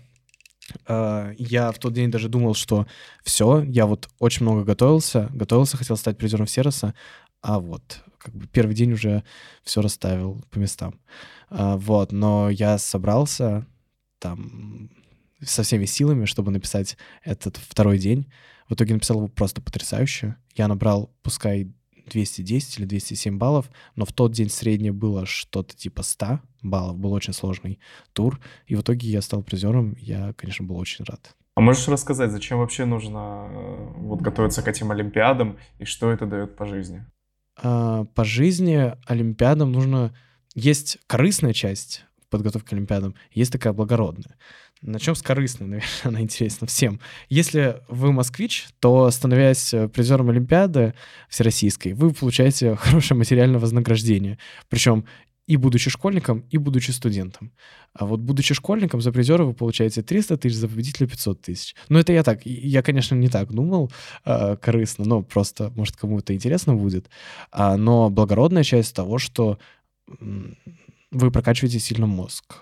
Speaker 2: Uh, я в тот день даже думал, что все, я вот очень много готовился, готовился, хотел стать призером всероса, а вот как бы первый день уже все расставил по местам. Uh, вот, но я собрался там со всеми силами, чтобы написать этот второй день. В итоге написал его просто потрясающе. Я набрал, пускай двести десять или двести семь баллов, но в тот день среднее было что-то типа сто баллов, был очень сложный тур, и в итоге я стал призером, я, конечно, был очень рад.
Speaker 1: А можешь рассказать, зачем вообще нужно вот готовиться к этим олимпиадам, и что это дает по жизни?
Speaker 2: А, по жизни олимпиадам нужно... Есть корыстная часть подготовки к олимпиадам, есть такая благородная. Начнем с корыстной, наверное, она интересна всем. Если вы москвич, то, становясь призером Олимпиады всероссийской, вы получаете хорошее материальное вознаграждение. Причем и будучи школьником, и будучи студентом. А вот будучи школьником, за призера вы получаете триста тысяч, за победителя пятьсот тысяч. Ну, это я так, я, конечно, не так думал э, корыстно, но просто, может, кому-то интересно будет. А, но благородная часть того, что... вы прокачиваете сильно мозг,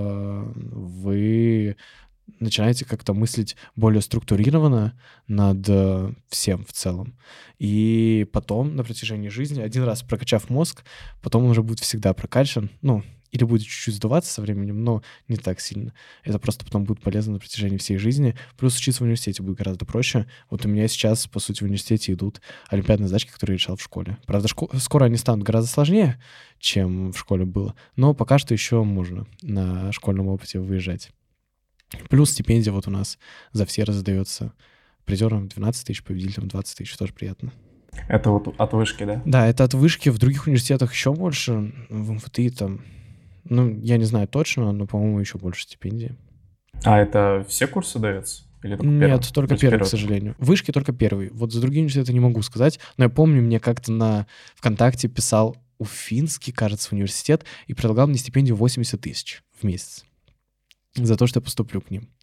Speaker 2: вы начинаете как-то мыслить более структурированно над всем в целом. И потом на протяжении жизни, один раз прокачав мозг, потом он уже будет всегда прокачан, ну, или будет чуть-чуть сдуваться со временем, но не так сильно. Это просто потом будет полезно на протяжении всей жизни. Плюс учиться в университете будет гораздо проще. Вот у меня сейчас, по сути, в университете идут олимпиадные задачки, которые я решал в школе. Правда, шко- скоро они станут гораздо сложнее, чем в школе было, но пока что еще можно на школьном опыте выезжать. Плюс стипендия вот у нас за все раздается призерам двенадцать тысяч, победителям двадцать тысяч, тоже приятно.
Speaker 1: Это вот от вышки, да?
Speaker 2: Да, это от вышки. В других университетах еще больше. В МФТИ там... Ну, я не знаю точно, но, по-моему, еще больше стипендий.
Speaker 1: А это все курсы даются? Или только
Speaker 2: Нет,
Speaker 1: первый?
Speaker 2: только первый, к сожалению. Вышки только первый. Вот за другие университеты не могу сказать, но я помню, мне как-то на ВКонтакте писал Уфимский, кажется, университет, и предлагал мне стипендию восемьдесят тысяч в месяц за то, что я поступлю к ним.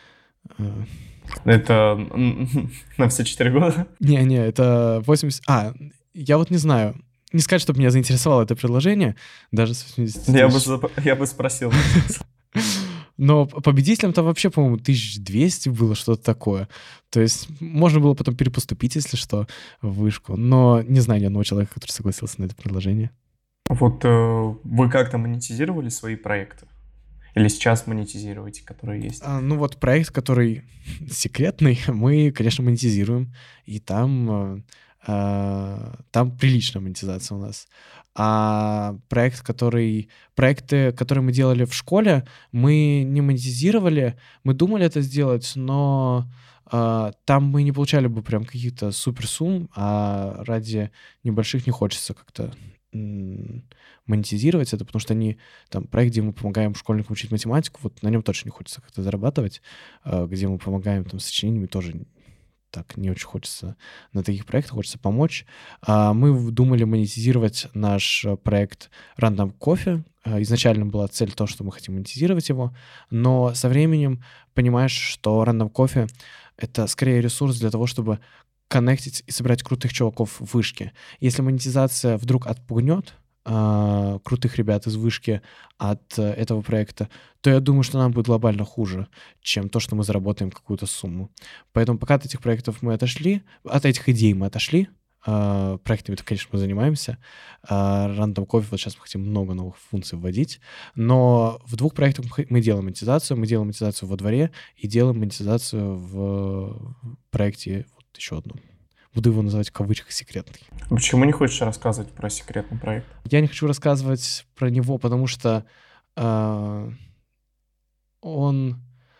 Speaker 1: Это на все четыре года?
Speaker 2: Не-не, это восемьдесят... А, я вот не знаю... Не сказать, чтобы меня заинтересовало это предложение, даже с восьмидесяти тысяч.
Speaker 1: Я бы, я бы спросил.
Speaker 2: Но победителем там вообще, по-моему, тысяча двести было, что-то такое. То есть можно было потом перепоступить, если что, в вышку. Но не знаю ни одного человека, который согласился на это предложение.
Speaker 1: Вот э, вы как-то монетизировали свои проекты? Или сейчас монетизируете, которые есть?
Speaker 2: А, ну вот проект, который секретный, мы, конечно, монетизируем. И там, э, а, там приличная монетизация у нас. А проект, который, проекты, которые мы делали в школе, мы не монетизировали. Мы думали это сделать, но а, там мы не получали бы прям каких-то суперсумм, а ради небольших не хочется как-то м, монетизировать это, потому что они там проект, где мы помогаем школьникам учить математику, вот на нем точно не хочется как-то зарабатывать, а, где мы помогаем там с сочинениями, тоже так не очень хочется на таких проектах, хочется помочь. А, Мы в- думали монетизировать наш э, проект Random Coffee. А, Изначально была цель то, что мы хотим монетизировать его, но со временем понимаешь, что Random Coffee — это скорее ресурс для того, чтобы коннектить и собирать крутых чуваков в вышке. Если монетизация вдруг отпугнет а, крутых ребят из вышки от э, этого проекта, то я думаю, что нам будет глобально хуже, чем то, что мы заработаем какую-то сумму. Поэтому пока от этих проектов мы отошли, от этих идей мы отошли, а, проектами-то, конечно, мы занимаемся. А, Random Coffee, вот сейчас мы хотим много новых функций вводить, но в двух проектах мы х- мы делаем монетизацию, мы делаем монетизацию во дворе и делаем монетизацию в проекте вот еще одном. Буду его называть в кавычках секретный.
Speaker 1: А почему не хочешь рассказывать про секретный проект?
Speaker 2: Я не хочу рассказывать про него, потому что а, он,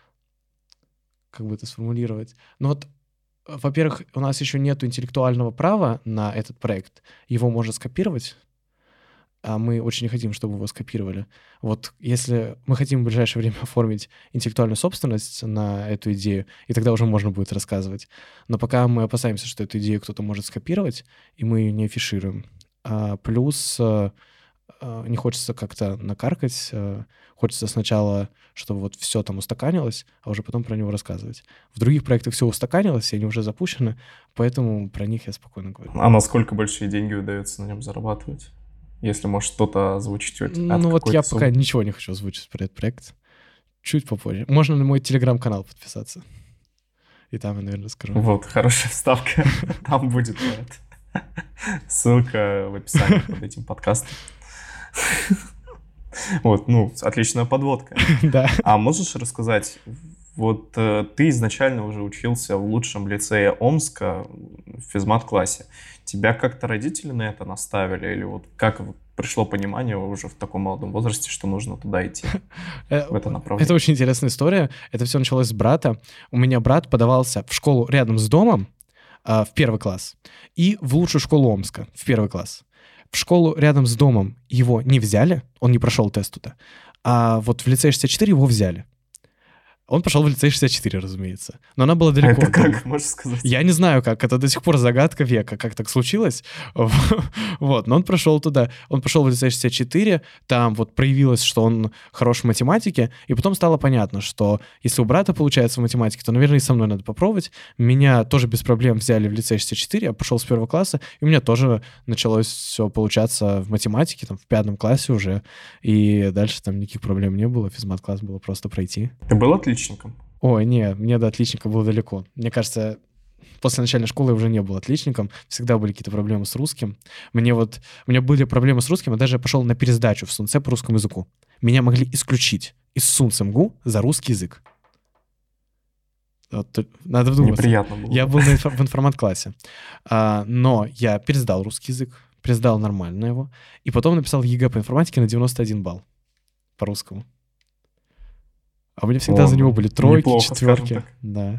Speaker 2: как бы это сформулировать, ну вот, э, во-первых, у нас еще нет интеллектуального права на этот проект. Его можно скопировать, а мы очень не хотим, чтобы его скопировали. Вот если мы хотим в ближайшее время оформить интеллектуальную собственность на эту идею, и тогда уже можно будет рассказывать. Но пока мы опасаемся, что эту идею кто-то может скопировать, и мы ее не афишируем. А, плюс э, э, не хочется как-то накаркать, э, хочется сначала, чтобы вот все там устаканилось, а уже потом про него рассказывать. В других проектах все устаканилось, и они уже запущены, поэтому про них я спокойно говорю.
Speaker 1: А насколько большие деньги удается на нем зарабатывать? Если, может, что-то озвучить от от
Speaker 2: Ну вот я
Speaker 1: какой-то
Speaker 2: пока
Speaker 1: суммы?
Speaker 2: ничего не хочу озвучить про этот проект. Чуть попозже. Можно на мой телеграм-канал подписаться. И там я, наверное, скажу.
Speaker 1: Вот, хорошая вставка. Там будет э, ссылка в описании под этим подкастом. Вот, ну, отличная подводка.
Speaker 2: Да.
Speaker 1: А можешь рассказать, вот э, ты изначально уже учился в лучшем лицее Омска в физмат-классе. Тебя как-то родители на это наставили? Или вот как вот пришло понимание уже в таком молодом возрасте, что нужно туда идти,
Speaker 2: Э,
Speaker 1: в это направление?
Speaker 2: Это очень интересная история. Это все началось с брата. У меня брат подавался в школу рядом с домом а, в первый класс и в лучшую школу Омска в первый класс. В школу рядом с домом его не взяли, он не прошел тест туда, а вот в лицей шестьдесят четыре его взяли. Он пошел в лицей шестьдесят четыре, разумеется. Но она была
Speaker 1: А
Speaker 2: далеко
Speaker 1: это
Speaker 2: от дома.
Speaker 1: как, можешь сказать?
Speaker 2: Я не знаю, как. Это до сих пор загадка века, как так случилось. Вот, но он прошел туда. Он пошел в лицей шестьдесят четыре, там вот проявилось, что он хорош в математике, и потом стало понятно, что если у брата получается в математике, то, наверное, и со мной надо попробовать. Меня тоже без проблем взяли в лицей шестьдесят четыре, я пошел с первого класса, и у меня тоже началось все получаться в математике, там, в пятом классе уже, и дальше там никаких проблем не было, физмат-класс было просто пройти.
Speaker 1: Ты был отличником?
Speaker 2: Ой, не, мне до отличника было далеко. Мне кажется, после начальной школы я уже не был отличником. Всегда были какие-то проблемы с русским. Мне вот, у меня были проблемы с русским, а даже я пошел на пересдачу в СУНЦ по русскому языку. Меня могли исключить из СУНЦ-МГУ за русский язык. Вот, тут надо вдуматься.
Speaker 1: Неприятно было.
Speaker 2: Я был на инфо- в информат-классе. А, но я пересдал русский язык, пересдал нормально его, и потом написал ЕГЭ по информатике на девяносто один балл по русскому. А у меня всегда
Speaker 1: О,
Speaker 2: за него
Speaker 1: ну,
Speaker 2: были тройки,
Speaker 1: неплохо, скажем
Speaker 2: четверки.
Speaker 1: так.
Speaker 2: Да.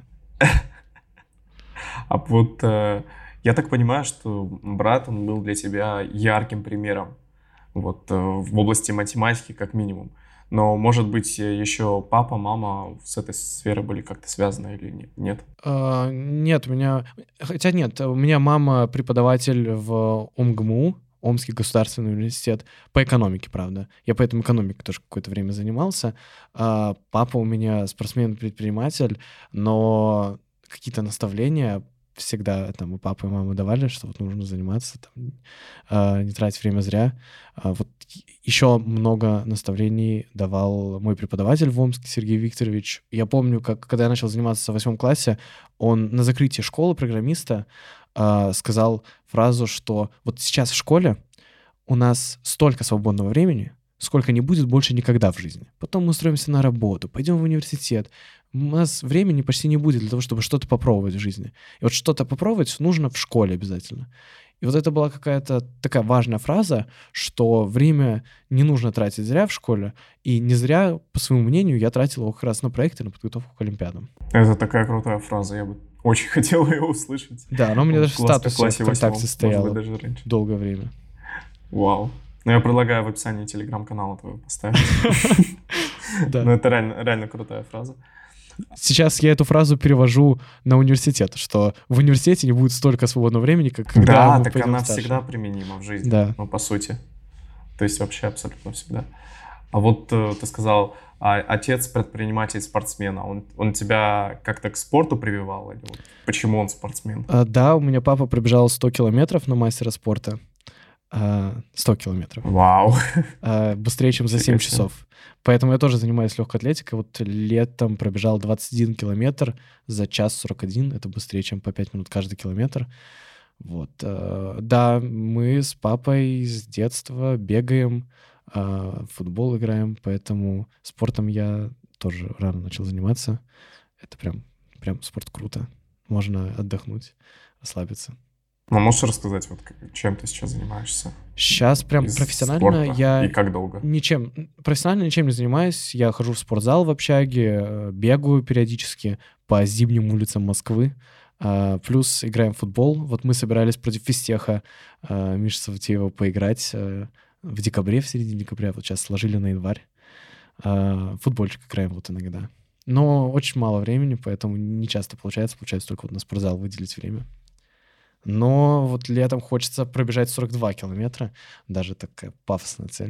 Speaker 1: А вот э, я так понимаю, что брат, он был для тебя ярким примером вот э, в области математики как минимум. Но, может быть, э, еще папа, мама с этой сферой были как-то связаны или не- нет?
Speaker 2: А, Нет, у меня... Хотя нет, у меня мама преподаватель в ОМГМУ, Омский государственный университет, по экономике, правда. Я поэтому экономикой тоже какое-то время занимался. А папа у меня спортсмен-предприниматель, но какие-то наставления всегда там и папа, и мама давали, что вот нужно заниматься, там, э, не тратить время зря. А вот еще много наставлений давал мой преподаватель в Омске, Сергей Викторович. Я помню, как когда я начал заниматься в восьмом классе, он на закрытии школы программиста э, сказал фразу, что вот сейчас в школе у нас столько свободного времени, сколько не будет больше никогда в жизни. Потом мы устроимся на работу, пойдем в университет. У нас времени почти не будет для того, чтобы что-то попробовать в жизни. И вот что-то попробовать нужно в школе обязательно. И вот это была какая-то такая важная фраза, что время не нужно тратить зря в школе, и не зря, по своему мнению, я тратил его как раз на проекты, на подготовку к олимпиадам.
Speaker 1: Это такая крутая фраза, я бы очень хотел ее услышать.
Speaker 2: Да, она у меня
Speaker 1: В
Speaker 2: даже в
Speaker 1: классе-
Speaker 2: статусе
Speaker 1: классе
Speaker 2: ВКонтакте
Speaker 1: восьмом,
Speaker 2: стояла
Speaker 1: может быть, даже раньше.
Speaker 2: долгое время.
Speaker 1: Вау. Ну, я предлагаю в описании телеграм-канала твоего поставить.
Speaker 2: Да.
Speaker 1: Ну, это реально, реально крутая фраза.
Speaker 2: Сейчас я эту фразу перевожу на университет, что в университете не будет столько свободного времени, как когда
Speaker 1: Да,
Speaker 2: мы
Speaker 1: так
Speaker 2: пойдем
Speaker 1: она
Speaker 2: старше.
Speaker 1: всегда применима в жизни,
Speaker 2: Да.
Speaker 1: ну, по сути. То есть вообще абсолютно всегда. А вот э, ты сказал, а, отец предприниматель, спортсмен, а он, он тебя как-то к спорту прививал? Или вот почему он спортсмен?
Speaker 2: А, да, у меня папа пробежал сто километров на мастера спорта. А, сто километров.
Speaker 1: Вау.
Speaker 2: А, быстрее, чем за семь
Speaker 1: Нифига себе.
Speaker 2: часов. Поэтому я тоже занимаюсь легкой атлетикой. Вот летом пробежал двадцать один километр за час сорок один. Это быстрее, чем по пять минут каждый километр. Вот. а, Да, мы с папой с детства бегаем, а, в футбол играем, поэтому спортом я тоже рано начал заниматься. Это прям, прям спорт круто. Можно отдохнуть, расслабиться.
Speaker 1: Ну, можешь рассказать, вот к- чем ты сейчас занимаешься?
Speaker 2: Сейчас прям
Speaker 1: Из
Speaker 2: профессионально
Speaker 1: спорта?
Speaker 2: я
Speaker 1: И как долго?
Speaker 2: ничем, профессионально ничем не занимаюсь. Я хожу в спортзал в общаге, э, бегаю периодически по зимним улицам Москвы. А, Плюс играем в футбол. Вот мы собирались против Физтеха а, Миши Саватеева поиграть э, в декабре, в середине декабря. Вот сейчас сложили на январь. А, Футбольчик играем вот иногда. Но очень мало времени, поэтому не часто получается. Получается только вот на спортзал выделить время. Но вот летом хочется пробежать сорок два километра. Даже такая пафосная цель,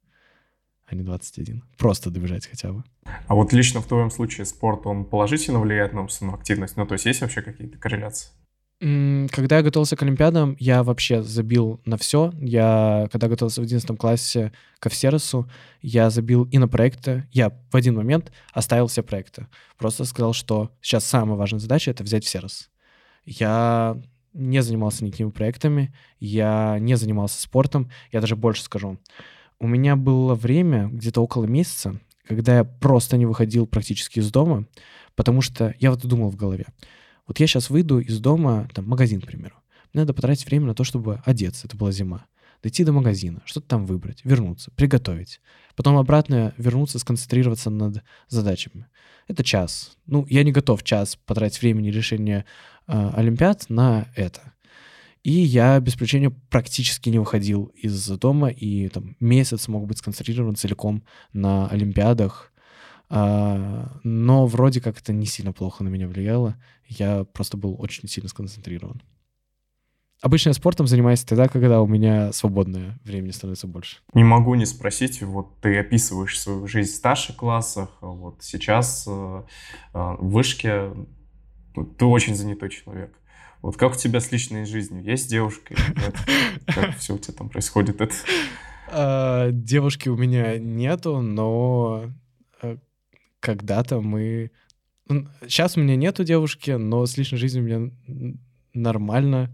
Speaker 2: а не двадцать один. Просто добежать хотя бы.
Speaker 1: А вот лично в твоем случае спорт, он положительно влияет на умственную активность? Ну, то есть есть вообще какие-то корреляции?
Speaker 2: М, Когда я готовился к Олимпиадам, я вообще забил на все. Я, когда готовился в одиннадцатом классе ко всеросу, я забил и на проекты. Я в один момент оставил все проекты. Просто сказал, что сейчас самая важная задача — это взять всерос. Я не занимался никакими проектами, я не занимался спортом. Я даже больше скажу. У меня было время, где-то около месяца, когда я просто не выходил практически из дома, потому что я вот думал в голове. Вот я сейчас выйду из дома, там, магазин, к примеру. Мне надо потратить время на то, чтобы одеться, это была зима. Дойти до магазина, что-то там выбрать, вернуться, приготовить. Потом обратно вернуться, сконцентрироваться над задачами. Это час. Ну, я не готов час потратить времени решения э, олимпиад на это. И я без приключения практически не выходил из дома, и там месяц мог быть сконцентрирован целиком на олимпиадах. А, но вроде как это не сильно плохо на меня влияло. Я просто был очень сильно сконцентрирован. Обычно я спортом занимаюсь тогда, когда у меня свободное времени становится больше.
Speaker 1: Не могу не спросить, вот ты описываешь свою жизнь в старших классах, а вот сейчас э, э, в вышке, ну, ты очень занятой человек. Вот как у тебя с личной жизнью? Есть девушка или нет? Как все у тебя там происходит? Это?
Speaker 2: А, Девушки у меня нету, но э, когда-то мы... Сейчас у меня нету девушки, но с личной жизнью у меня н- нормально.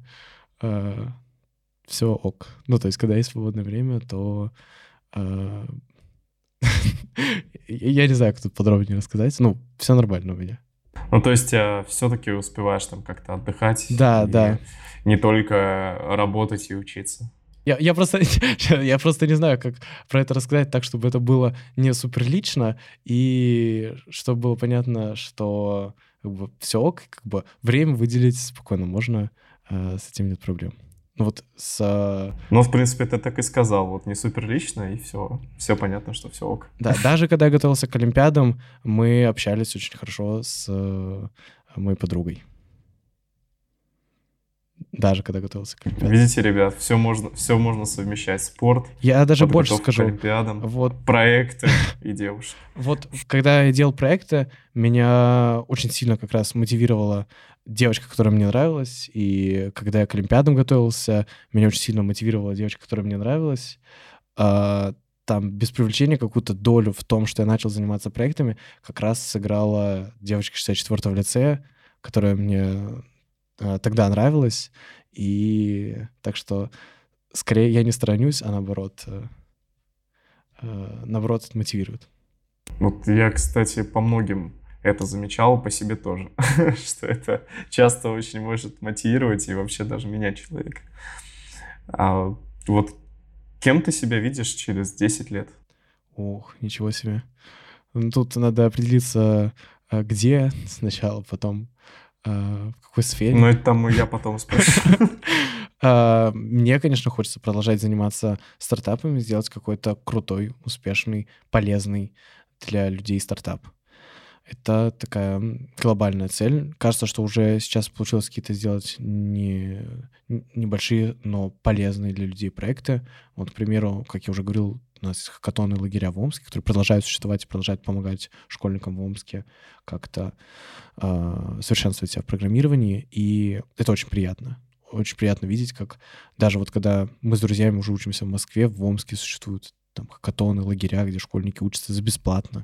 Speaker 2: Все ок. Ну, то есть, когда есть свободное время, то... э, Я не знаю, как тут подробнее рассказать. Ну, все нормально у меня.
Speaker 1: Ну, то есть все-таки успеваешь там как-то отдыхать.
Speaker 2: Да,
Speaker 1: и
Speaker 2: да.
Speaker 1: Не только работать и учиться.
Speaker 2: Я, я, просто, я просто не знаю, как про это рассказать так, чтобы это было не суперлично, и чтобы было понятно, что как бы, все ок, как бы время выделить спокойно можно, э, с этим нет проблем. Ну вот с... э,
Speaker 1: Ну, в принципе, ты так и сказал. Вот не супер лично, и все. Все понятно, что все ок.
Speaker 2: Да, даже когда я готовился к Олимпиадам, мы общались очень хорошо с э, моей подругой. даже когда готовился к Олимпиаде.
Speaker 1: Видите, ребят, все можно, все можно совмещать. Спорт,
Speaker 2: Я даже больше
Speaker 1: подготовка к
Speaker 2: скажу.
Speaker 1: Олимпиадам,
Speaker 2: Вот,
Speaker 1: проекты и девушки.
Speaker 2: вот когда я делал проекты, меня очень сильно как раз мотивировала девочка, которая мне нравилась, и когда я к Олимпиадам готовился, меня очень сильно мотивировала девочка, которая мне нравилась. А, там без привлечения какую-то долю в том, что я начал заниматься проектами, как раз сыграла девочка шестьдесят четвёртого лицея, которая мне а, тогда нравилась. И так что скорее я не сторонюсь, а наоборот, э, э, наоборот, это мотивирует.
Speaker 1: Вот я, кстати, по многим это замечал, по себе тоже, что это часто очень может мотивировать и вообще даже менять человека. А вот кем ты себя видишь через десять лет?
Speaker 2: Ох, ничего себе. Ну, тут надо определиться, а, где сначала, потом а, в какой сфере.
Speaker 1: Ну, это там и я потом спрошу.
Speaker 2: А, Мне, конечно, хочется продолжать заниматься стартапами, сделать какой-то крутой, успешный, полезный для людей стартап. Это такая м, глобальная цель. Кажется, что уже сейчас получилось какие-то сделать не, н- небольшие, но полезные для людей проекты. Вот, к примеру, как я уже говорил, у нас есть хакатоны и лагеря в Омске, которые продолжают существовать и продолжают помогать школьникам в Омске как-то а, совершенствовать себя в программировании. И это очень приятно. Очень приятно видеть, как даже вот когда мы с друзьями уже учимся в Москве, в Омске существуют там хакатоны, лагеря, где школьники учатся за бесплатно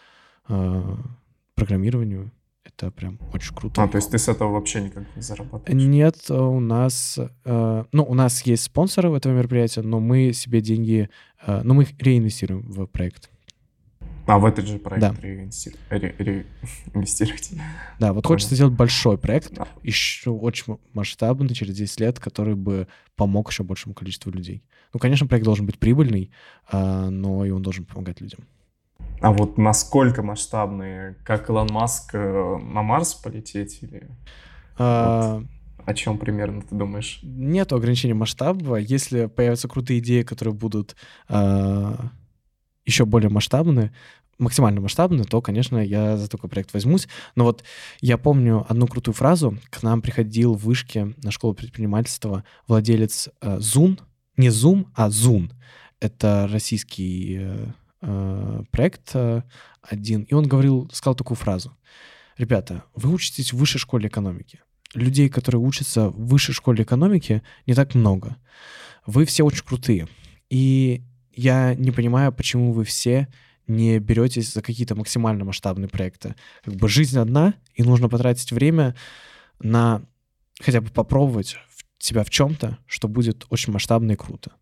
Speaker 2: а, программированию. Это прям очень круто.
Speaker 1: А, то есть ты с этого вообще никак не зарабатываешь?
Speaker 2: Нет, э, у нас, э, ну, у нас есть спонсоры этого мероприятия, но мы себе деньги, э, но мы их реинвестируем в проект.
Speaker 1: А, в этот же проект
Speaker 2: Да.
Speaker 1: реинвести- ре- реинвестировать.
Speaker 2: Да, вот
Speaker 1: Понял.
Speaker 2: хочется сделать большой проект,
Speaker 1: Да.
Speaker 2: еще очень м- масштабный, через десять лет, который бы помог еще большему количеству людей. Ну, конечно, проект должен быть прибыльный, а, но и он должен помогать людям.
Speaker 1: А вот насколько масштабные, как Илон Маск э, на Марс полететь или
Speaker 2: А,
Speaker 1: о чем примерно ты думаешь?
Speaker 2: Нету ограничения масштаба. Если появятся крутые идеи, которые будут а, еще более масштабны, максимально масштабны, то, конечно, я за такой проект возьмусь. Но вот я помню одну крутую фразу. К нам приходил в Вышке на школу предпринимательства владелец э, Zoom. Не Zoom, а Zoom. Это российский э, э, проект э, один. И он говорил, сказал такую фразу. Ребята, вы учитесь в высшей школе экономики. Людей, которые учатся в высшей школе экономики, не так много. Вы все очень крутые. И я не понимаю, почему вы все не беретесь за какие-то максимально масштабные проекты. Как бы жизнь одна, и нужно потратить время на хотя бы попробовать в- себя в чем-то, что будет очень масштабно и круто.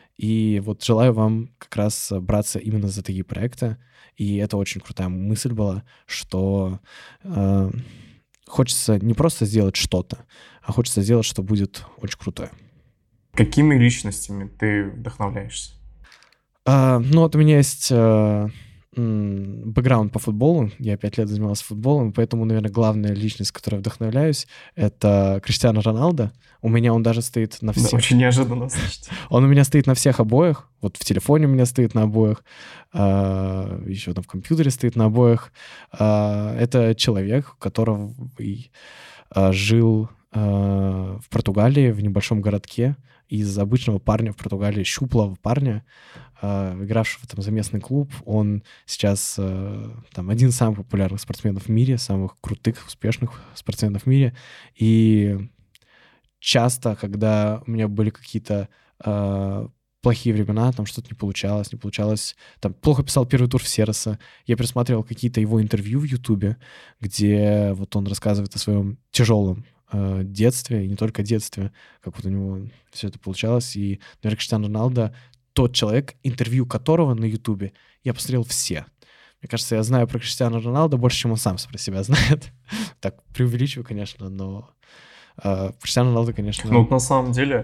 Speaker 2: И вот желаю вам как раз браться именно за такие проекты. И это очень крутая мысль была, что э, хочется не просто сделать что-то, а хочется сделать, что будет очень крутое.
Speaker 1: Какими личностями ты вдохновляешься?
Speaker 2: А, ну, вот у меня есть э, м, бэкграунд по футболу. Я пять лет занимался футболом, поэтому, наверное, главная личность, которой я вдохновляюсь, это Криштиану Роналдо. У меня он даже стоит на
Speaker 1: Да,
Speaker 2: всех.
Speaker 1: очень неожиданно, слушайте.
Speaker 2: Он у меня стоит на всех обоях. Вот в телефоне у меня стоит на обоях. а, еще там в компьютере стоит на обоях. А, это человек, у которого и, а, жил а, в Португалии, в небольшом городке. Из обычного парня в Португалии, щуплого парня, а, игравшего там за местный клуб. Он сейчас а, там один из самых популярных спортсменов в мире, самых крутых, успешных спортсменов в мире. И часто, когда у меня были какие-то а, плохие времена, там что-то не получалось, не получалось, там плохо писал первый тур в Сероса, я пересматривал какие-то его интервью в Ютубе, где вот он рассказывает о своем тяжелом э, детстве, и не только детстве, как вот у него все это получалось. И, наверное, Криштиану Роналдо тот человек, интервью которого на Ютубе я посмотрел все. Мне кажется, я знаю про Криштиану Роналдо больше, чем он сам про себя знает. Так, преувеличиваю, конечно, но э, Криштиану Роналдо, конечно...
Speaker 1: Ну, вот на самом деле,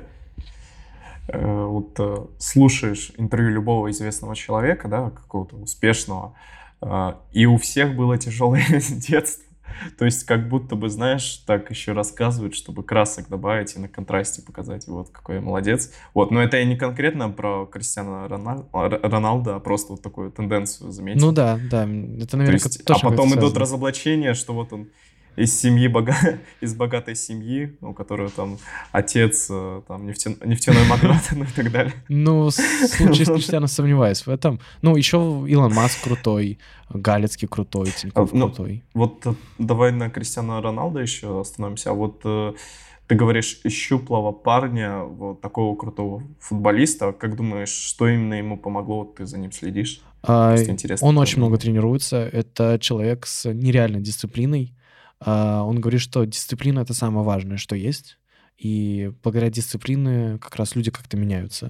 Speaker 1: э, вот э, слушаешь интервью любого известного человека, да, какого-то успешного, э, и у всех было тяжелое детство. То есть как будто бы, знаешь, так еще рассказывают, чтобы красок добавить и на контрасте показать, вот какой я молодец. Вот, но это я не конкретно про Криштиану Рональ- Р- Роналдо, а просто вот такую тенденцию заметил.
Speaker 2: Ну да, да, это,
Speaker 1: То
Speaker 2: наверное,
Speaker 1: есть, а
Speaker 2: точно
Speaker 1: потом
Speaker 2: как-то
Speaker 1: идут
Speaker 2: связано.
Speaker 1: разоблачения, что вот он из семьи, бога... из богатой семьи, у которой там отец там, нефтя... нефтяной магнат, ну и так далее.
Speaker 2: Ну, в случае с Криштиану сомневаюсь в этом. Ну, еще Илон Маск крутой, Галицкий крутой, Тинькофф
Speaker 1: Ну,
Speaker 2: крутой.
Speaker 1: вот э, давай на Криштиану Роналдо еще остановимся. А вот э, ты говоришь, из щуплого парня, вот такого крутого футболиста. Как думаешь, что именно ему помогло? Вот ты за ним следишь?
Speaker 2: А,
Speaker 1: Просто интересно.
Speaker 2: Он
Speaker 1: твое
Speaker 2: очень много
Speaker 1: мнение.
Speaker 2: тренируется. Это человек с нереальной дисциплиной. А, Он говорит, что дисциплина — это самое важное, что есть. И благодаря дисциплине как раз люди как-то меняются.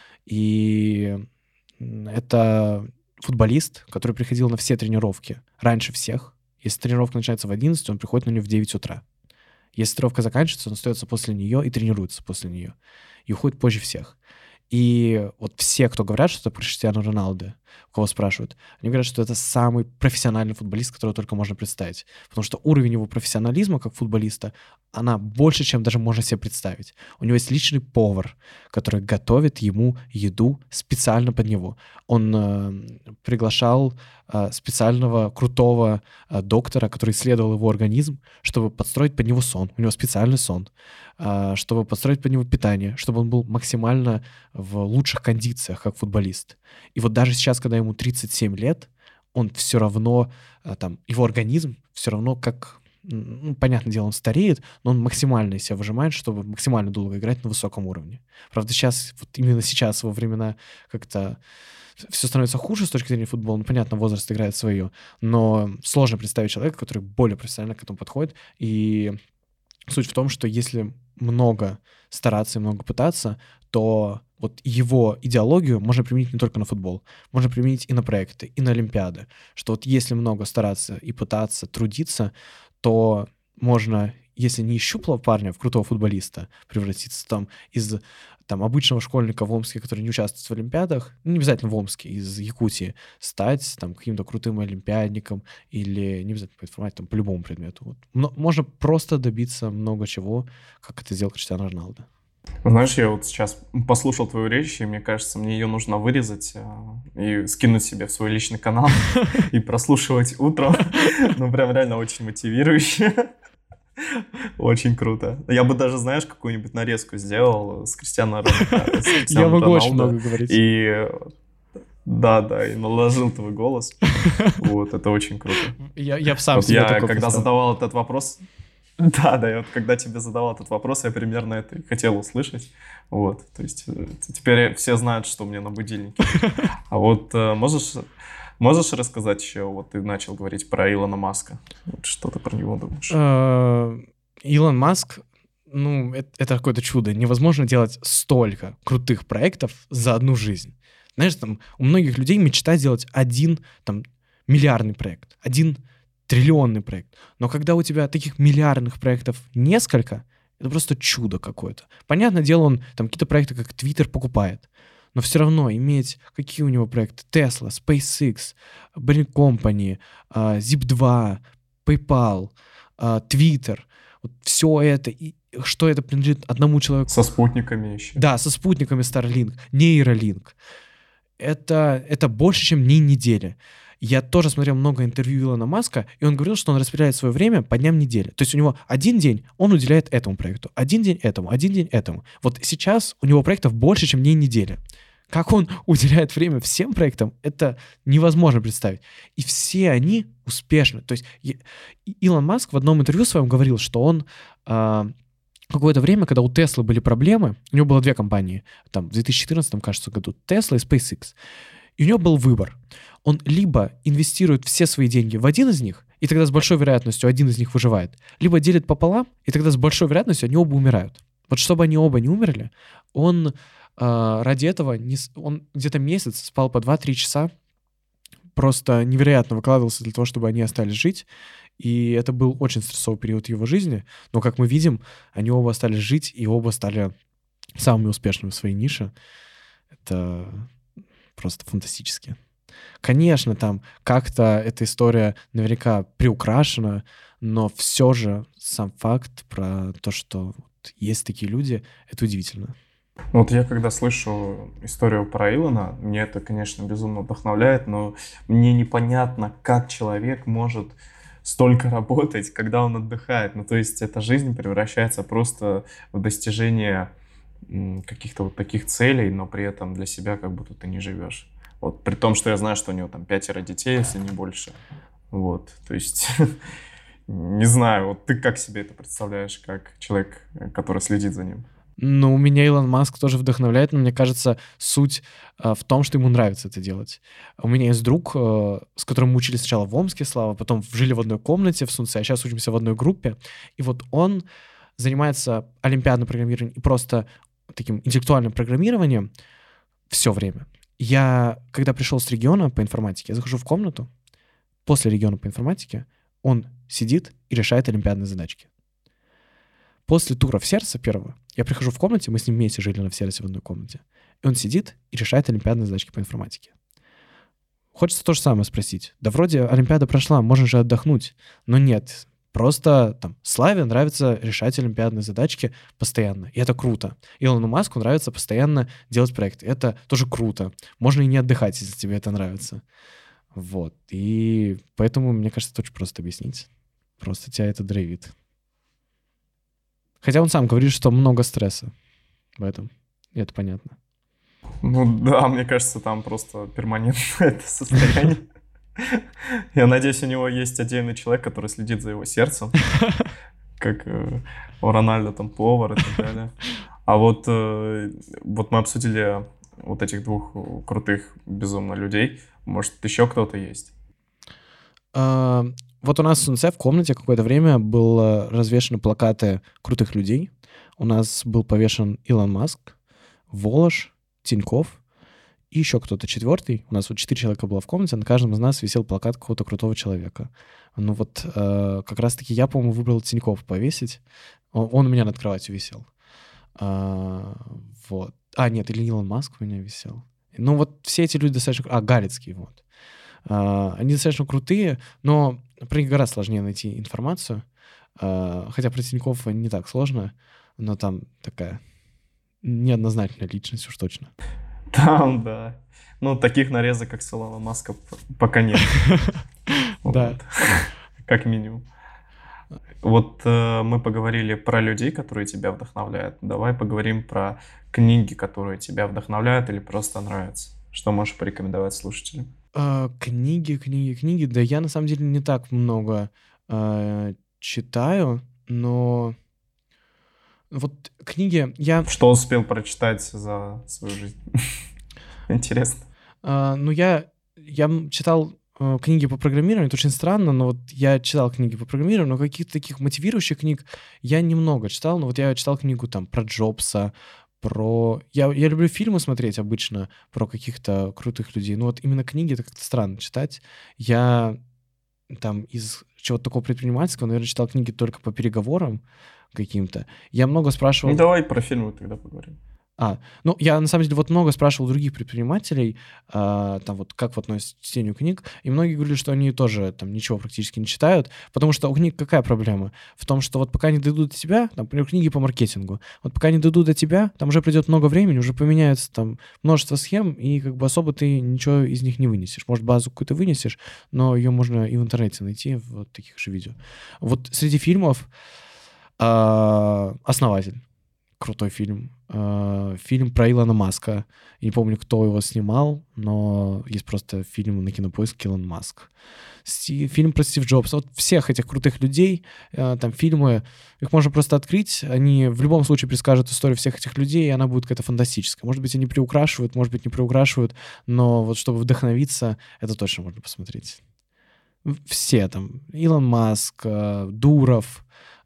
Speaker 2: И м, это футболист, который приходил на все тренировки раньше всех. Если тренировка начинается в одиннадцать, он приходит на нее в девять утра. Если тренировка заканчивается, он остается после нее и тренируется после нее. И уходит позже всех. И вот все, кто говорят что-то про Криштиану Роналду, у кого спрашивают, они говорят, что это самый профессиональный футболист, которого только можно представить. Потому что уровень его профессионализма как футболиста, она больше, чем даже можно себе представить. У него есть личный повар, который готовит ему еду специально под него. Он э, приглашал э, специального крутого э, доктора, который исследовал его организм, чтобы подстроить под него сон. У него специальный сон. Э, чтобы подстроить под него питание, чтобы он был максимально в лучших кондициях, как футболист. И вот даже сейчас, когда ему тридцать семь лет, он все равно, э, там, его организм все равно как... Ну, понятное дело, он стареет, но он максимально из себя выжимает, чтобы максимально долго играть на высоком уровне. Правда, сейчас, вот именно сейчас, во времена как-то все становится хуже с точки зрения футбола. Ну, понятно, возраст играет свое, но сложно представить человека, который более профессионально к этому подходит. И суть в том, что если много стараться и много пытаться, то вот его идеологию можно применить не только на футбол, можно применить и на проекты, и на олимпиады. Что вот если много стараться и пытаться трудиться, то можно, если не из щуплого парня в крутого футболиста превратиться там из там, обычного школьника в Омске, который не участвует в олимпиадах, ну, не обязательно в Омске, из Якутии, стать там каким-то крутым олимпиадником или не обязательно по информатике, там, по любому предмету. Вот. Но можно просто добиться много чего, как это сделал Криштиану Роналду.
Speaker 1: Знаешь, я вот сейчас послушал твою речь, и мне кажется, мне ее нужно вырезать э, и скинуть себе в свой личный канал и прослушивать утром. Ну, прям реально очень мотивирующе. Очень круто. Я бы даже, знаешь, какую-нибудь нарезку сделал с Криштиану Роналду.
Speaker 2: Я могу очень много говорить.
Speaker 1: И да, да, и наложил твой голос. Вот, это очень круто.
Speaker 2: Я, я сам
Speaker 1: Вот
Speaker 2: себе
Speaker 1: я,
Speaker 2: такой
Speaker 1: когда
Speaker 2: представил.
Speaker 1: задавал этот вопрос, да, да, я вот когда тебе задавал этот вопрос, я примерно это и хотел услышать. Вот, то есть э, теперь все знают, что у меня на будильнике. А вот э, можешь, можешь рассказать еще, вот ты начал говорить про Илона Маска. Вот что ты про него думаешь?
Speaker 2: Э, Илон Маск, ну, это, это какое-то чудо. Невозможно делать столько крутых проектов за одну жизнь. Знаешь, там у многих людей мечта сделать один там миллиардный проект, один триллионный проект. Но когда у тебя таких миллиардных проектов несколько, это просто чудо какое-то. Понятное дело, он там какие-то проекты, как Twitter, покупает. Но все равно иметь, какие у него проекты? Tesla, SpaceX, Boring Company, зип два, PayPal, а, Twitter. Вот все это, и что это принадлежит одному человеку.
Speaker 1: Со спутниками еще.
Speaker 2: Да, со спутниками Starlink, нейролинк. Это, это больше, чем дни недели. Я тоже смотрел много интервью Илона Маска, и он говорил, что он распределяет свое время по дням недели. То есть у него один день он уделяет этому проекту, один день этому, один день этому. Вот сейчас у него проектов больше, чем дней недели. Как он уделяет время всем проектам, это невозможно представить. И все они успешны. То есть Илон Маск в одном интервью своем говорил, что он... Э, какое-то время, когда у Tesla были проблемы, у него было две компании, там, в две тысячи четырнадцатом, кажется, году, Tesla и SpaceX, и у него был выбор. Он либо инвестирует все свои деньги в один из них, и тогда с большой вероятностью один из них выживает, либо делит пополам, и тогда с большой вероятностью они оба умирают. Вот чтобы они оба не умерли, он э, ради этого, не, он где-то месяц спал по два-три часа, просто невероятно выкладывался для того, чтобы они остались жить. И это был очень стрессовый период его жизни. Но, как мы видим, они оба остались жить, и оба стали самыми успешными в своей нише. Это просто фантастически. Конечно, там как-то эта история наверняка приукрашена, но все же сам факт про то, что вот есть такие люди, это удивительно.
Speaker 1: Вот я когда слышу историю про Илона, мне это, конечно, безумно вдохновляет, но мне непонятно, как человек может столько работать, когда он отдыхает. Ну, то есть эта жизнь превращается просто в достижение м, каких-то вот таких целей, но при этом для себя как будто ты не живешь. Вот, при том, что я знаю, что у него там пятеро детей, если не больше. Вот, то есть, не знаю, вот ты как себе это представляешь, как человек, э, который следит за ним?
Speaker 2: Ну, меня Илон Маск тоже вдохновляет, но мне кажется, суть а, в том, что ему нравится это делать. У меня есть друг, э, с которым мы учились сначала в Омске, Слава, потом жили в одной комнате в Сунце, а сейчас учимся в одной группе. И вот он занимается олимпиадным программированием и просто таким интеллектуальным программированием все время. Я, когда пришел с региона по информатике, я захожу в комнату, после региона по информатике он сидит и решает олимпиадные задачки. После тура в сердце первого я прихожу в комнате, мы с ним вместе жили на в сердце в одной комнате, и он сидит и решает олимпиадные задачки по информатике. Хочется то же самое спросить. Да вроде олимпиада прошла, можно же отдохнуть. Но нет, просто там Славе нравится решать олимпиадные задачки постоянно, и это круто. Илону Маску нравится постоянно делать проекты, это тоже круто. Можно и не отдыхать, если тебе это нравится. Вот, и поэтому, мне кажется, это очень просто объяснить. Просто тебя это драйвит. Хотя он сам говорит, что много стресса в этом. И это понятно.
Speaker 1: Ну да, мне кажется, там просто перманентное это состояние. Я надеюсь, у него есть отдельный человек, который следит за его сердцем, как э, у Рональда там повар и так далее. А вот, э, вот мы обсудили вот этих двух э, крутых безумно людей. Может, еще кто-то есть?
Speaker 2: А, Вот у нас в Сунце в комнате какое-то время было развешаны плакаты крутых людей. У нас был повешен Илон Маск, Волош, Тиньков и еще кто-то четвертый. У нас вот четыре человека было в комнате, на каждом из нас висел плакат какого-то крутого человека. Ну вот э, как раз-таки я, по-моему, выбрал Тиньков повесить. Он, он у меня над кроватью висел. А, вот. А, нет, или Илон Маск у меня висел. Ну вот все эти люди достаточно... А, Галицкий, вот. А, они достаточно крутые, но про них гораздо сложнее найти информацию. А, хотя про Тинькофф не так сложно, но там такая неоднозначная личность уж точно.
Speaker 1: Там, да. Ну, таких нарезок, как с Илона Маска, п- пока нет.
Speaker 2: Да.
Speaker 1: Вот. Как минимум. Вот э, мы поговорили про людей, которые тебя вдохновляют. Давай поговорим про книги, которые тебя вдохновляют или просто нравятся. Что можешь порекомендовать слушателям?
Speaker 2: А, Книги, книги, книги. Да я на самом деле не так много а, читаю, но вот книги я...
Speaker 1: Что успел прочитать за свою жизнь? Интересно.
Speaker 2: А, ну, я, я м- читал э, книги по программированию, это очень странно, но вот я читал книги по программированию, но каких-то таких мотивирующих книг я немного читал. Но вот я читал книгу там про Джобса, про... Я, я люблю фильмы смотреть обычно про каких-то крутых людей, но вот именно книги это как-то странно читать. Я там из чего-то такого предпринимательского, наверное, читал книги только по переговорам каким-то. Я много
Speaker 1: Ну,
Speaker 2: спрашивал...
Speaker 1: давай про фильмы тогда поговорим.
Speaker 2: А, ну, я на самом деле вот много спрашивал других предпринимателей, а, там вот как вот относятся к чтению книг, и многие говорили, что они тоже там ничего практически не читают, потому что у книг какая проблема? В том, что вот пока они дойдут до тебя, там, например, книги по маркетингу, вот пока они дойдут до тебя, там уже придет много времени, уже поменяется там множество схем, и как бы особо ты ничего из них не вынесешь. Может, базу какую-то вынесешь, но ее можно и в интернете найти, в вот таких же видео. Вот среди фильмов а, «Основатель». Крутой фильм. Э, Фильм про Илона Маска. Я не помню, кто его снимал, но есть просто фильм на Кинопоиске «Илон Маск». Си- Фильм про Стив Джобса. Вот всех этих крутых людей, э, там фильмы, их можно просто открыть, они в любом случае перескажут историю всех этих людей, и она будет какая-то фантастическая. Может быть, они приукрашивают, может быть, не приукрашивают, но вот чтобы вдохновиться, это точно можно посмотреть. В- Все там. Илон Маск, э, Дуров,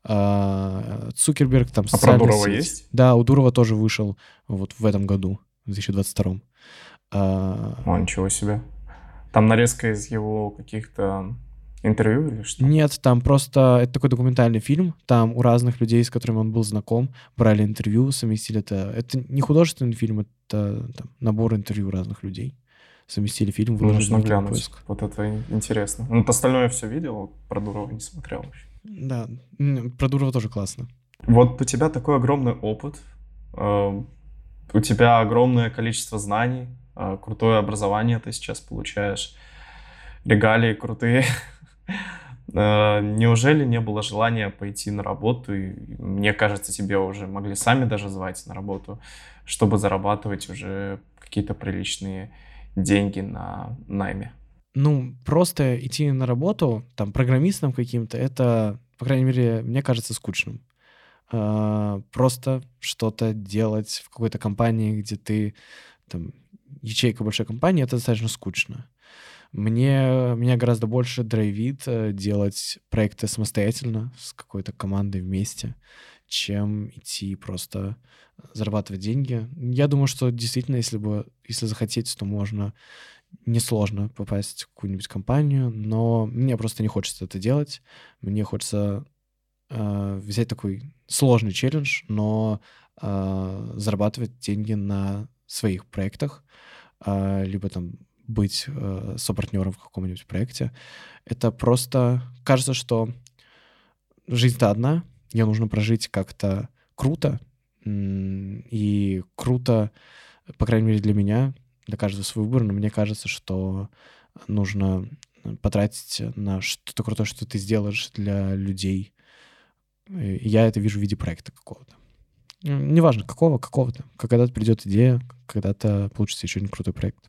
Speaker 2: а, Цукерберг, там,
Speaker 1: А про
Speaker 2: социальная
Speaker 1: Дурова
Speaker 2: сеть.
Speaker 1: есть?
Speaker 2: Да, у Дурова тоже вышел вот в этом году, в две тысячи двадцать втором. А,
Speaker 1: О, ничего себе. Там нарезка из его каких-то интервью или что?
Speaker 2: Нет, там просто... Это такой документальный фильм. Там у разных людей, с которыми он был знаком, брали интервью, совместили это. Это не художественный фильм, это там, набор интервью разных людей. Совместили фильм, выложили
Speaker 1: Нужно
Speaker 2: на
Speaker 1: глянуть.
Speaker 2: Кинопоиск.
Speaker 1: Вот это ин- интересно. Ну, вот остальное я все видел, вот про Дурова не смотрел вообще.
Speaker 2: Да, м, про Дурова тоже классно.
Speaker 1: Вот у тебя такой огромный опыт, э, у тебя огромное количество знаний, э, крутое образование ты сейчас получаешь, регалии крутые. Э, Неужели не было желания пойти на работу? И мне кажется, тебя уже могли сами даже звать на работу, чтобы зарабатывать уже какие-то приличные деньги на найме.
Speaker 2: Ну, просто идти на работу, там, программистом каким-то, это, по крайней мере, мне кажется скучным. А, Просто что-то делать в какой-то компании, где ты, там, ячейка большой компании, это достаточно скучно. Мне, меня гораздо больше драйвит э, делать проекты самостоятельно, с какой-то командой вместе, чем идти просто зарабатывать деньги. Я думаю, что действительно, если бы, если захотеть, то можно несложно попасть в какую-нибудь компанию, но мне просто не хочется это делать. Мне хочется э, взять такой сложный челлендж, но э, зарабатывать деньги на своих проектах, э, либо там быть э, сопартнером в каком-нибудь проекте. Это просто кажется, что жизнь-то одна, ее нужно прожить как-то круто, м, и круто, по крайней мере, для меня, для каждого свой выбор, но мне кажется, что нужно потратить на что-то крутое, что ты сделаешь для людей. И я это вижу в виде проекта какого-то. М, Неважно, какого, какого-то. Когда-то придет идея, когда-то получится еще один крутой проект.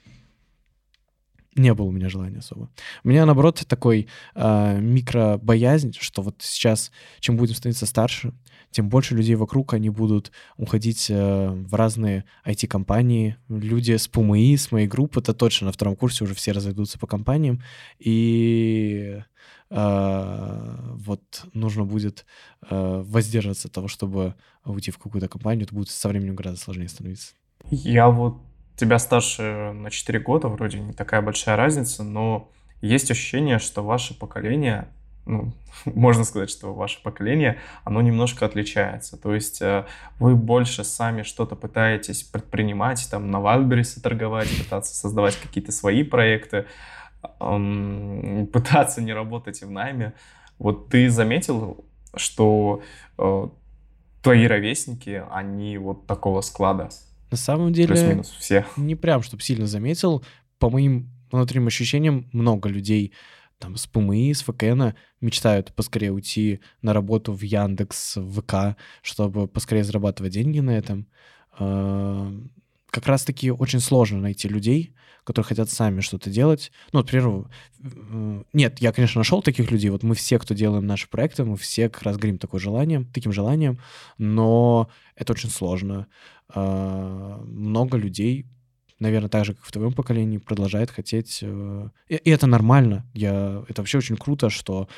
Speaker 2: Не было у меня желания особо. У меня, наоборот, такой а, микробоязнь, что вот сейчас, чем будем становиться старше, тем больше людей вокруг, они будут уходить э, в разные ай ти-компании. Люди с ПУМИ, с моей группы, это точно на втором курсе уже все разойдутся по компаниям. И а, вот нужно будет а, воздерживаться от того, чтобы уйти в какую-то компанию. Это будет со временем гораздо сложнее становиться.
Speaker 1: Я вот тебя старше на четыре года, вроде не такая большая разница, но есть ощущение, что ваше поколение, ну, можно сказать, что ваше поколение, оно немножко отличается. То есть э, вы больше сами что-то пытаетесь предпринимать, там, на Wildberries торговать, пытаться создавать какие-то свои проекты, эм, пытаться не работать в найме. Вот ты заметил, что э, твои ровесники, они вот такого склада,
Speaker 2: На самом деле,
Speaker 1: плюс-минус все?
Speaker 2: не прям, чтобы сильно заметил. По моим внутренним ощущениям, много людей там с ПМИ, с ФКН мечтают поскорее уйти на работу в Яндекс, в ВК, чтобы поскорее зарабатывать деньги на этом. А, Как раз-таки очень сложно найти людей, которые хотят сами что-то делать. Ну, вот, например, э, нет, я, конечно, нашел таких людей. Вот мы все, кто делаем наши проекты, мы все как раз горим такое желанием, таким желанием, но это очень сложно. А, Много людей, наверное, так же, как в твоем поколении, продолжает хотеть... э, И, и это нормально. Я... Это вообще очень круто, что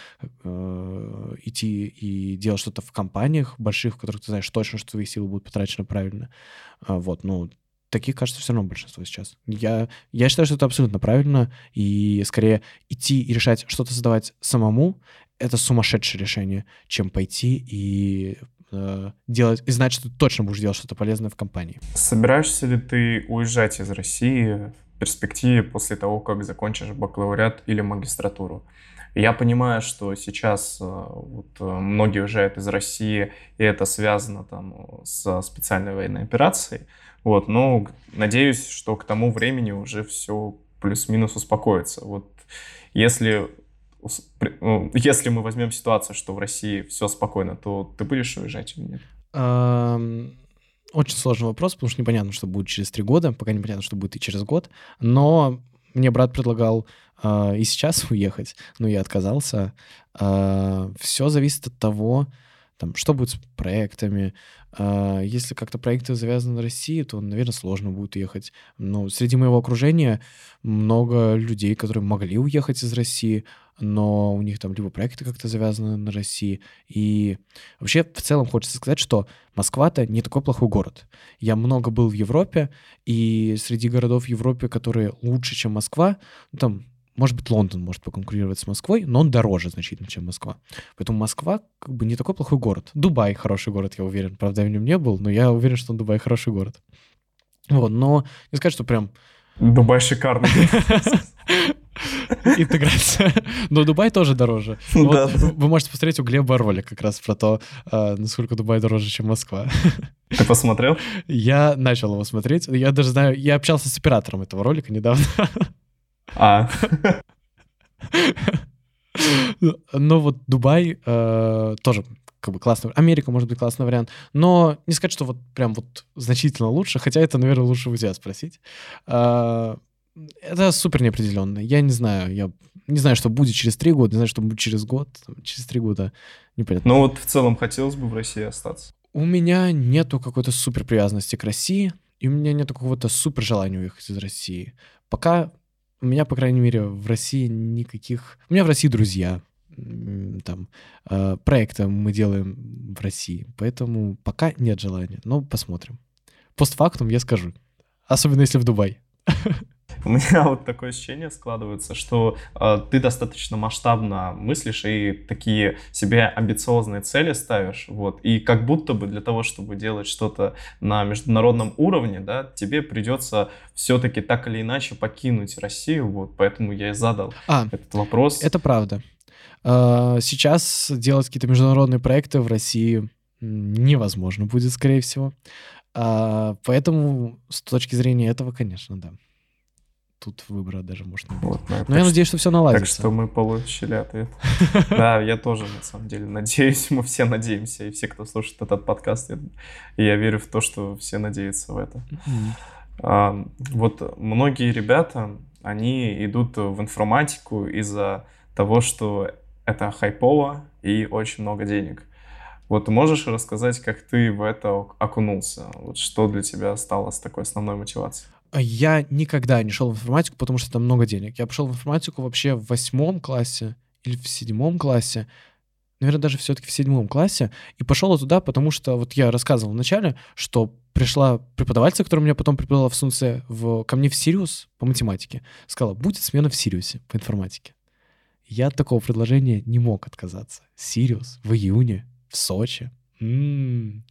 Speaker 2: э, идти и делать что-то в компаниях больших, в которых ты знаешь точно, что твои силы будут потрачены правильно. А, Вот, ну, таких, кажется, все равно большинство сейчас. Я, я считаю, что это абсолютно правильно, и скорее идти и решать что-то создавать самому — это сумасшедшее решение, чем пойти и э, делать, и знать, что ты точно будешь делать что-то полезное в компании.
Speaker 1: Собираешься ли ты уезжать из России в перспективе после того, как закончишь бакалавриат или магистратуру? Я понимаю, что сейчас э, вот, э, многие уезжают из России, и это связано там со специальной военной операцией. Вот, но надеюсь, что к тому времени уже все плюс-минус успокоится. Вот если, ус- при- ну, если мы возьмем ситуацию, что в России все спокойно, то ты будешь уезжать или нет?
Speaker 2: Ам, Очень сложный вопрос, потому что непонятно, что будет через три года, пока непонятно, что будет и через год. Но мне брат предлагал а, и сейчас уехать, но я отказался. Все зависит от того, там, что будет с проектами. А, Если как-то проекты завязаны на России, то, наверное, сложно будет уехать. Но среди моего окружения много людей, которые могли уехать из России, но у них там либо проекты как-то завязаны на России. И вообще, в целом, хочется сказать, что Москва-то не такой плохой город. Я много был в Европе, и среди городов в Европе, которые лучше, чем Москва, ну, там, может быть, Лондон может поконкурировать с Москвой, но он дороже значительно, чем Москва. Поэтому Москва как бы не такой плохой город. Дубай хороший город, я уверен. Правда, я в нем не был, но я уверен, что Дубай хороший город. Вот, но не сказать, что прям
Speaker 1: Дубай шикарный.
Speaker 2: интеграция. Но Дубай тоже дороже.
Speaker 1: Да,
Speaker 2: Вот
Speaker 1: да.
Speaker 2: вы можете посмотреть у Глеба ролик как раз про то, а, насколько Дубай дороже, чем Москва.
Speaker 1: Ты посмотрел?
Speaker 2: Я начал его смотреть. Я даже знаю, я общался с оператором этого ролика недавно.
Speaker 1: А,
Speaker 2: Но вот Дубай э, тоже как бы классный. Америка может быть классный вариант. Но не сказать, что вот прям вот значительно лучше, хотя это, наверное, лучше у тебя спросить. А, Это супер неопределенно. Я не знаю. Я не знаю, что будет через три года, не знаю, что будет через год. Через три года непонятно.
Speaker 1: Но вот в целом хотелось бы в России остаться.
Speaker 2: У меня нету какой-то супер привязанности к России, и у меня нету какого-то супер желания уехать из России. Пока у меня, по крайней мере, в России никаких... У меня в России друзья, м, там, э, проекты мы делаем в России, поэтому пока нет желания, но посмотрим. Постфактум я скажу, особенно если в Дубай.
Speaker 1: У меня вот такое ощущение складывается, что э, ты достаточно масштабно мыслишь и такие себе амбициозные цели ставишь, вот, и как будто бы для того, чтобы делать что-то на международном уровне, да, тебе придется все-таки так или иначе покинуть Россию, вот, поэтому я и задал
Speaker 2: А,
Speaker 1: этот вопрос.
Speaker 2: это правда. Э, Сейчас делать какие-то международные проекты в России м, невозможно будет, скорее всего. А, Поэтому с точки зрения этого, конечно, да. Тут выбора даже может не быть.
Speaker 1: Вот, ну,
Speaker 2: Но
Speaker 1: так
Speaker 2: я
Speaker 1: что-
Speaker 2: надеюсь, что все
Speaker 1: Так
Speaker 2: наладится.
Speaker 1: что мы получили ответ. Да, я тоже, на самом деле, надеюсь, мы все надеемся, и все, кто слушает этот подкаст, я- и я верю в то, что все надеются в это.
Speaker 2: Мгм.
Speaker 1: А, Вот многие ребята, они идут в информатику из-за того, что это хайпово и очень много денег. Вот можешь рассказать, как ты в это ок- окунулся? Вот что для тебя стало с такой основной мотивацией?
Speaker 2: Я никогда не шел в информатику, потому что там много денег. Я пошел в информатику вообще в восьмом классе или в седьмом классе. Наверное, даже все-таки в седьмом классе. И пошел я туда, потому что вот я рассказывал вначале, что пришла преподавательница, которая меня потом преподавала в Сунце, в, ко мне в Сириус по математике. Сказала, будет смена в Сириусе по информатике. Я от такого предложения не мог отказаться. Сириус в июне в Сочи. М.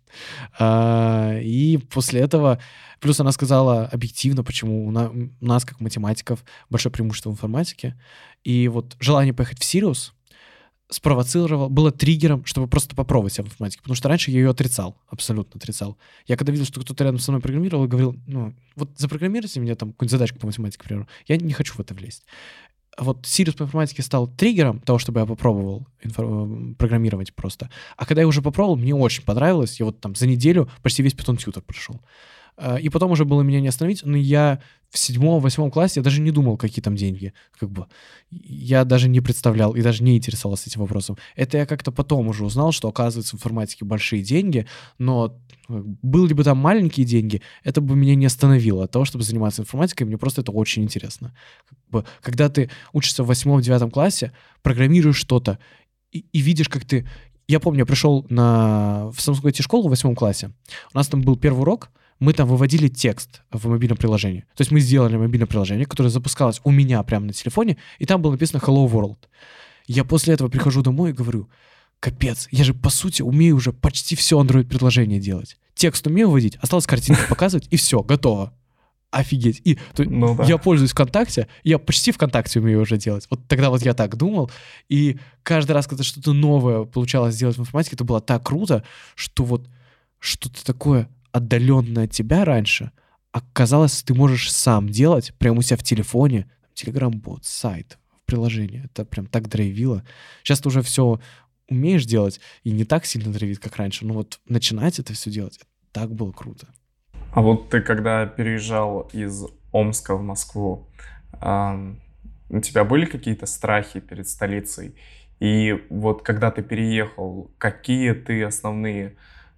Speaker 2: А, И после этого, плюс она сказала объективно, почему у на- у нас, как математиков, большое преимущество в информатике. И вот желание поехать в Сириус спровоцировало, было триггером, чтобы просто попробовать себя в информатике. Потому что раньше я ее отрицал, абсолютно отрицал. Я когда видел, что кто-то рядом со мной программировал, и говорил, ну, вот запрограммируйте мне там какую-нибудь задачку по математике, к примеру, я не хочу в это влезть. А вот Сириус по информатике стал триггером того, чтобы я попробовал инфо- программировать просто. А когда я уже попробовал, мне очень понравилось. Я вот там за неделю почти весь Python Tutor прошел. А, И потом уже было меня не остановить, но я в седьмом-восьмом классе я даже не думал, какие там деньги. Как бы я даже не представлял и даже не интересовался этим вопросом. Это я как-то потом уже узнал, что, оказывается, в информатике большие деньги, но э, были бы там маленькие деньги, это бы меня не остановило от того, чтобы заниматься информатикой. Мне просто это очень интересно. Как бы, когда ты учишься в восьмом-девятом классе, программируешь что-то и, и видишь, как ты... Я помню, я пришел на... в Samsung ай ти-школу в восьмом классе. У нас там был первый урок, мы там выводили текст в мобильном приложении. То есть мы сделали мобильное приложение, которое запускалось у меня прямо на телефоне, и там было написано Hello World. Я после этого прихожу домой и говорю, капец, я же, по сути, умею уже почти все Android-приложение делать. Текст умею вводить, осталось картинку показывать, и все, готово. Офигеть. И то-
Speaker 1: Ну да.
Speaker 2: я пользуюсь ВКонтакте, я почти ВКонтакте умею уже делать. Вот тогда вот я так думал, и каждый раз, когда что-то новое получалось сделать в информатике, это было так круто, что вот что-то такое отдаленное от тебя раньше, оказалось, ты можешь сам делать прямо у себя в телефоне, Telegram-бот, сайт, приложение. Это прям так драйвило. Сейчас ты уже все умеешь делать, и не так сильно драйвит, как раньше, но вот начинать это все делать, это так было круто.
Speaker 1: А вот ты когда переезжал из Омска в Москву, ам, у тебя были какие-то страхи перед столицей? И вот когда ты переехал, какие ты основные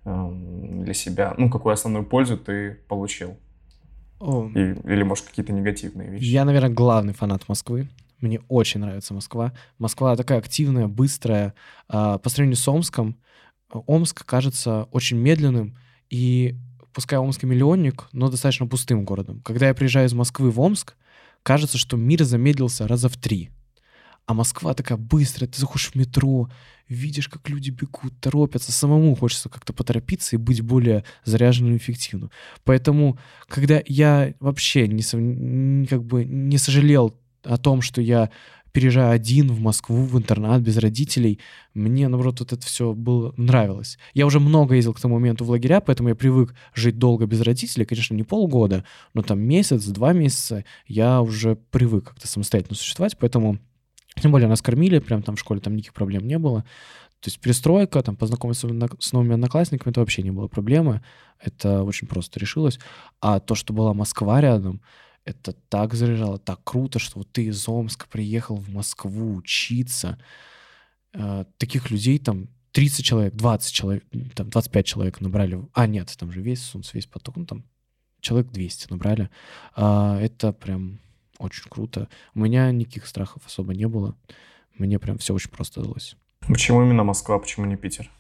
Speaker 1: ам, для себя, ну, какую основную пользу ты получил?
Speaker 2: О,
Speaker 1: И- или, может, какие-то негативные вещи?
Speaker 2: Я, наверное, главный фанат Москвы. Мне очень нравится Москва. Москва такая активная, быстрая. А, По сравнению с Омском, э, Омск кажется очень медленным и, пускай Омск и миллионник, но достаточно пустым городом. Когда я приезжаю из Москвы в Омск, кажется, что мир замедлился раза в три. А Москва такая быстрая, ты заходишь в метро, видишь, как люди бегут, торопятся, самому хочется как-то поторопиться и быть более заряженным и эффективным. Поэтому, когда я вообще не, сов- н- как бы не сожалел о том, что я переезжаю один в Москву, в интернат, без родителей, мне, наоборот, вот это все было нравилось. Я уже много ездил к тому моменту в лагеря, поэтому я привык жить долго без родителей, конечно, не полгода, но там месяц, два месяца я уже привык как-то самостоятельно существовать, поэтому Тем более нас кормили, прям там в школе там никаких проблем не было. То есть перестройка, там, познакомиться с новыми одноклассниками, это вообще не было проблемы. Это очень просто решилось. А то, что была Москва рядом, это так заряжало, так круто, что вот ты из Омска приехал в Москву учиться. Э, таких людей там тридцать человек, двадцать человек, там двадцать пять человек набрали. А, нет, там же весь Сунц, весь поток, ну там человек двести набрали. А, это прям очень круто. У меня никаких страхов особо не было. Мне прям все очень просто далось.
Speaker 1: Почему именно Москва, почему не Питер?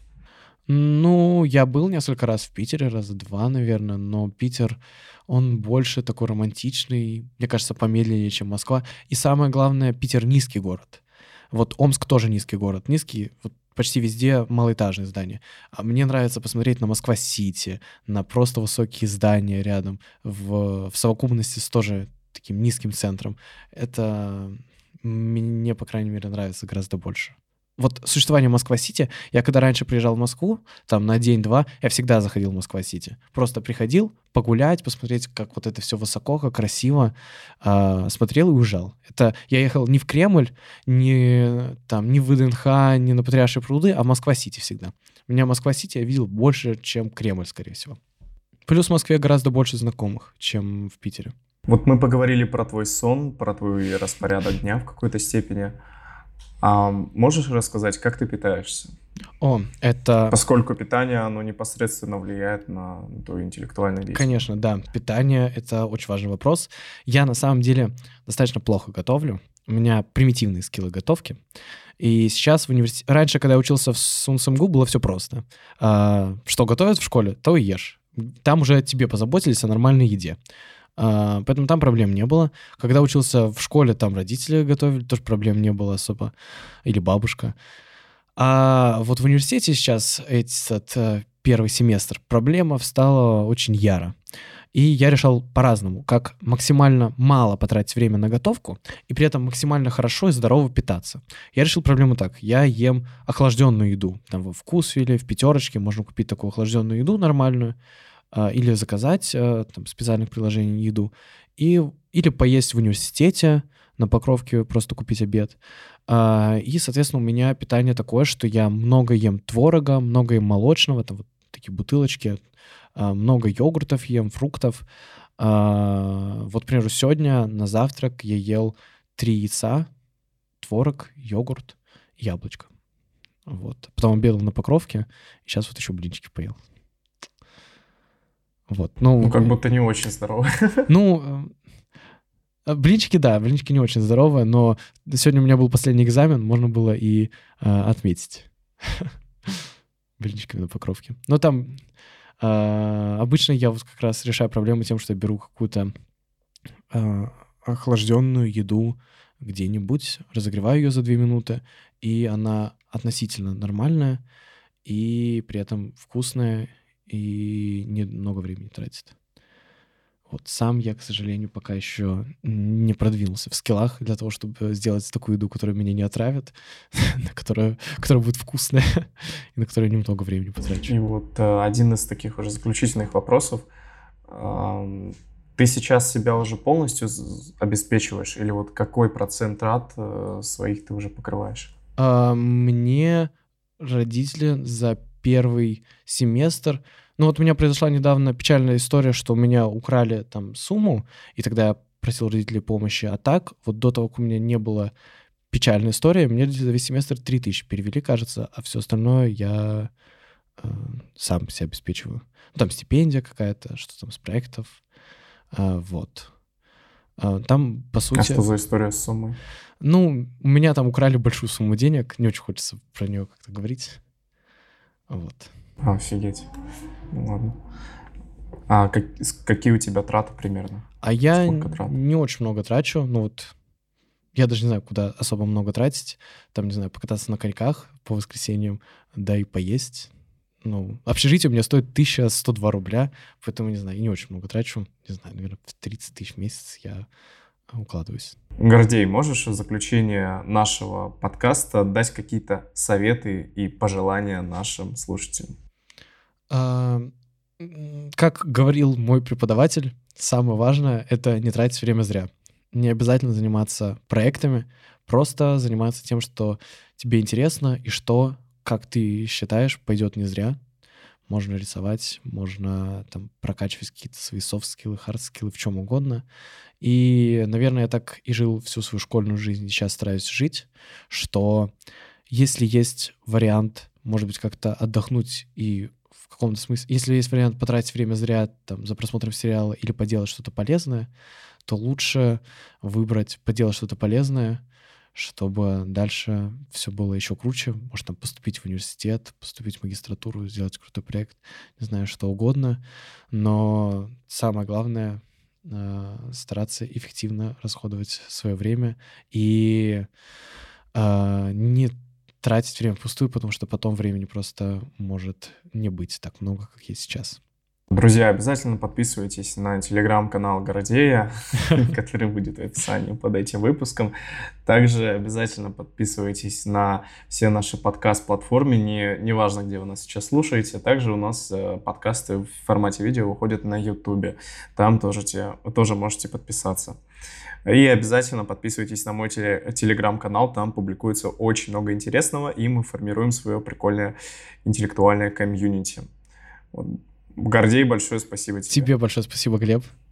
Speaker 2: Ну, я был несколько раз в Питере, раза два, наверное, но Питер, он больше такой романтичный, мне кажется, помедленнее, чем Москва. И самое главное, Питер низкий город. Вот Омск тоже низкий город. Низкий, вот почти везде малоэтажные здания. А мне нравится посмотреть на Москва-Сити, на просто высокие здания рядом, в, в совокупности с тоже таким низким центром. Это мне, по крайней мере, нравится гораздо больше. Вот существование Москва-Сити, я когда раньше приезжал в Москву, там на день-два, я всегда заходил в Москва-Сити. Просто приходил погулять, посмотреть, как вот это все высоко, как красиво, э, смотрел и уезжал. Это я ехал не в Кремль, не, там, не в ВДНХ, не на Патриаршие пруды, а в Москва-Сити всегда. У меня Москва-Сити я видел больше, чем Кремль, скорее всего. Плюс в Москве гораздо больше знакомых, чем в Питере.
Speaker 1: Вот мы поговорили про твой сон, про твой распорядок дня в какой-то степени. А можешь рассказать, как ты питаешься?
Speaker 2: О, это...
Speaker 1: Поскольку питание, оно непосредственно влияет на твою интеллектуальную деятельность.
Speaker 2: Конечно, да. Питание — это очень важный вопрос. Я, на самом деле, достаточно плохо готовлю. У меня примитивные скиллы готовки. И сейчас в университете... Раньше, когда я учился в СунСМГУ, было все просто. А, что готовят в школе, то и ешь. Там уже тебе позаботились о нормальной еде. Uh, поэтому там проблем не было. Когда учился в школе, там родители готовили, тоже проблем не было особо. Или бабушка. А вот в университете сейчас этот uh, первый семестр проблема встала очень яро. И я решал по-разному, как максимально мало потратить время на готовку и при этом максимально хорошо и здорово питаться. Я решил проблему так. Я ем охлажденную еду. Там в Вкусвилле, в Пятерочке можно купить такую охлажденную еду нормальную. Или заказать там, в специальных приложениях еду, и, или поесть в университете, на Покровке просто купить обед. И, соответственно, у меня питание такое, что я много ем творога, много ем молочного, там вот такие бутылочки, много йогуртов ем, фруктов. Вот, к примеру, сегодня на завтрак я ел три яйца, творог, йогурт, яблочко. Вот. Потом обедал на Покровке, и сейчас вот еще блинчики поел. Вот, ну,
Speaker 1: ну, как будто не очень здорово.
Speaker 2: Ну, блинчики, да, блинчики не очень здоровые, но сегодня у меня был последний экзамен, можно было и э, отметить блинчиками на Покровке. Но там э, обычно я вот как раз решаю проблему тем, что я беру какую-то э, охлажденную еду где-нибудь, разогреваю ее за две минуты, и она относительно нормальная, и при этом вкусная, и немного времени тратит. Вот сам я, к сожалению, пока еще не продвинулся в скиллах для того, чтобы сделать такую еду, которая меня не отравит, которая, которая будет вкусная, и на которую немного времени потрачу.
Speaker 1: И вот э, один из таких уже заключительных вопросов. Э, ты сейчас себя уже полностью обеспечиваешь? Или вот какой процент трат э, своих ты уже покрываешь?
Speaker 2: А, мне родители за первый семестр... Ну вот у меня произошла недавно печальная история, что у меня украли там сумму, и тогда я просил родителей помощи. А так, вот до того, как у меня не было печальной истории, мне родители за весь семестр три тысячи перевели, кажется, а все остальное я э, сам себя обеспечиваю. Ну, там стипендия какая-то, что там с проектов. Э, вот. Э, там, по сути...
Speaker 1: А что за история с суммой?
Speaker 2: Ну, у меня там украли большую сумму денег, не очень хочется про нее как-то говорить. Вот.
Speaker 1: Офигеть. Ну ладно. А как, какие у тебя траты примерно?
Speaker 2: А я не очень много трачу. Ну вот я даже не знаю, куда особо много тратить. Там, не знаю, покататься на коньках по воскресеньям, да и поесть. Ну, общежитие у меня стоит тысяча сто два рубля, поэтому, не знаю, я не очень много трачу. Не знаю, наверное, в тридцать тысяч в месяц я укладываюсь.
Speaker 1: Гордей, можешь в заключение нашего подкаста дать какие-то советы и пожелания нашим слушателям?
Speaker 2: А, как говорил мой преподаватель, самое важное — это не тратить время зря. Не обязательно заниматься проектами, Просто заниматься тем, что тебе интересно и что, как ты считаешь, пойдет не зря. Можно рисовать, можно там прокачивать какие-то свои софт-скиллы, хард-скиллы, в чем угодно. И, наверное, я так и жил всю свою школьную жизнь, и сейчас стараюсь жить, что если есть вариант, может быть, как-то отдохнуть и в каком-то смысле, если есть вариант потратить время зря там, за просмотром сериала или поделать что-то полезное, то лучше выбрать поделать что-то полезное, чтобы дальше все было еще круче. Может, там поступить в университет, поступить в магистратуру, сделать крутой проект, не знаю, что угодно. Но самое главное э, стараться эффективно расходовать свое время и э, не тратить время впустую, потому что потом времени просто может не быть так много, как есть сейчас.
Speaker 1: Друзья, обязательно подписывайтесь на телеграм-канал Гордея, который будет в описании под этим выпуском. Также обязательно подписывайтесь на все наши подкаст-платформы, не, неважно, где вы нас сейчас слушаете. Также у нас э, подкасты в формате видео выходят на ютубе. Там тоже, те, тоже можете подписаться. И обязательно подписывайтесь на мой теле, телеграм-канал, там публикуется очень много интересного, и мы формируем свое прикольное интеллектуальное комьюнити. Вот. Гордей, большое спасибо тебе.
Speaker 2: Тебе большое спасибо, Глеб.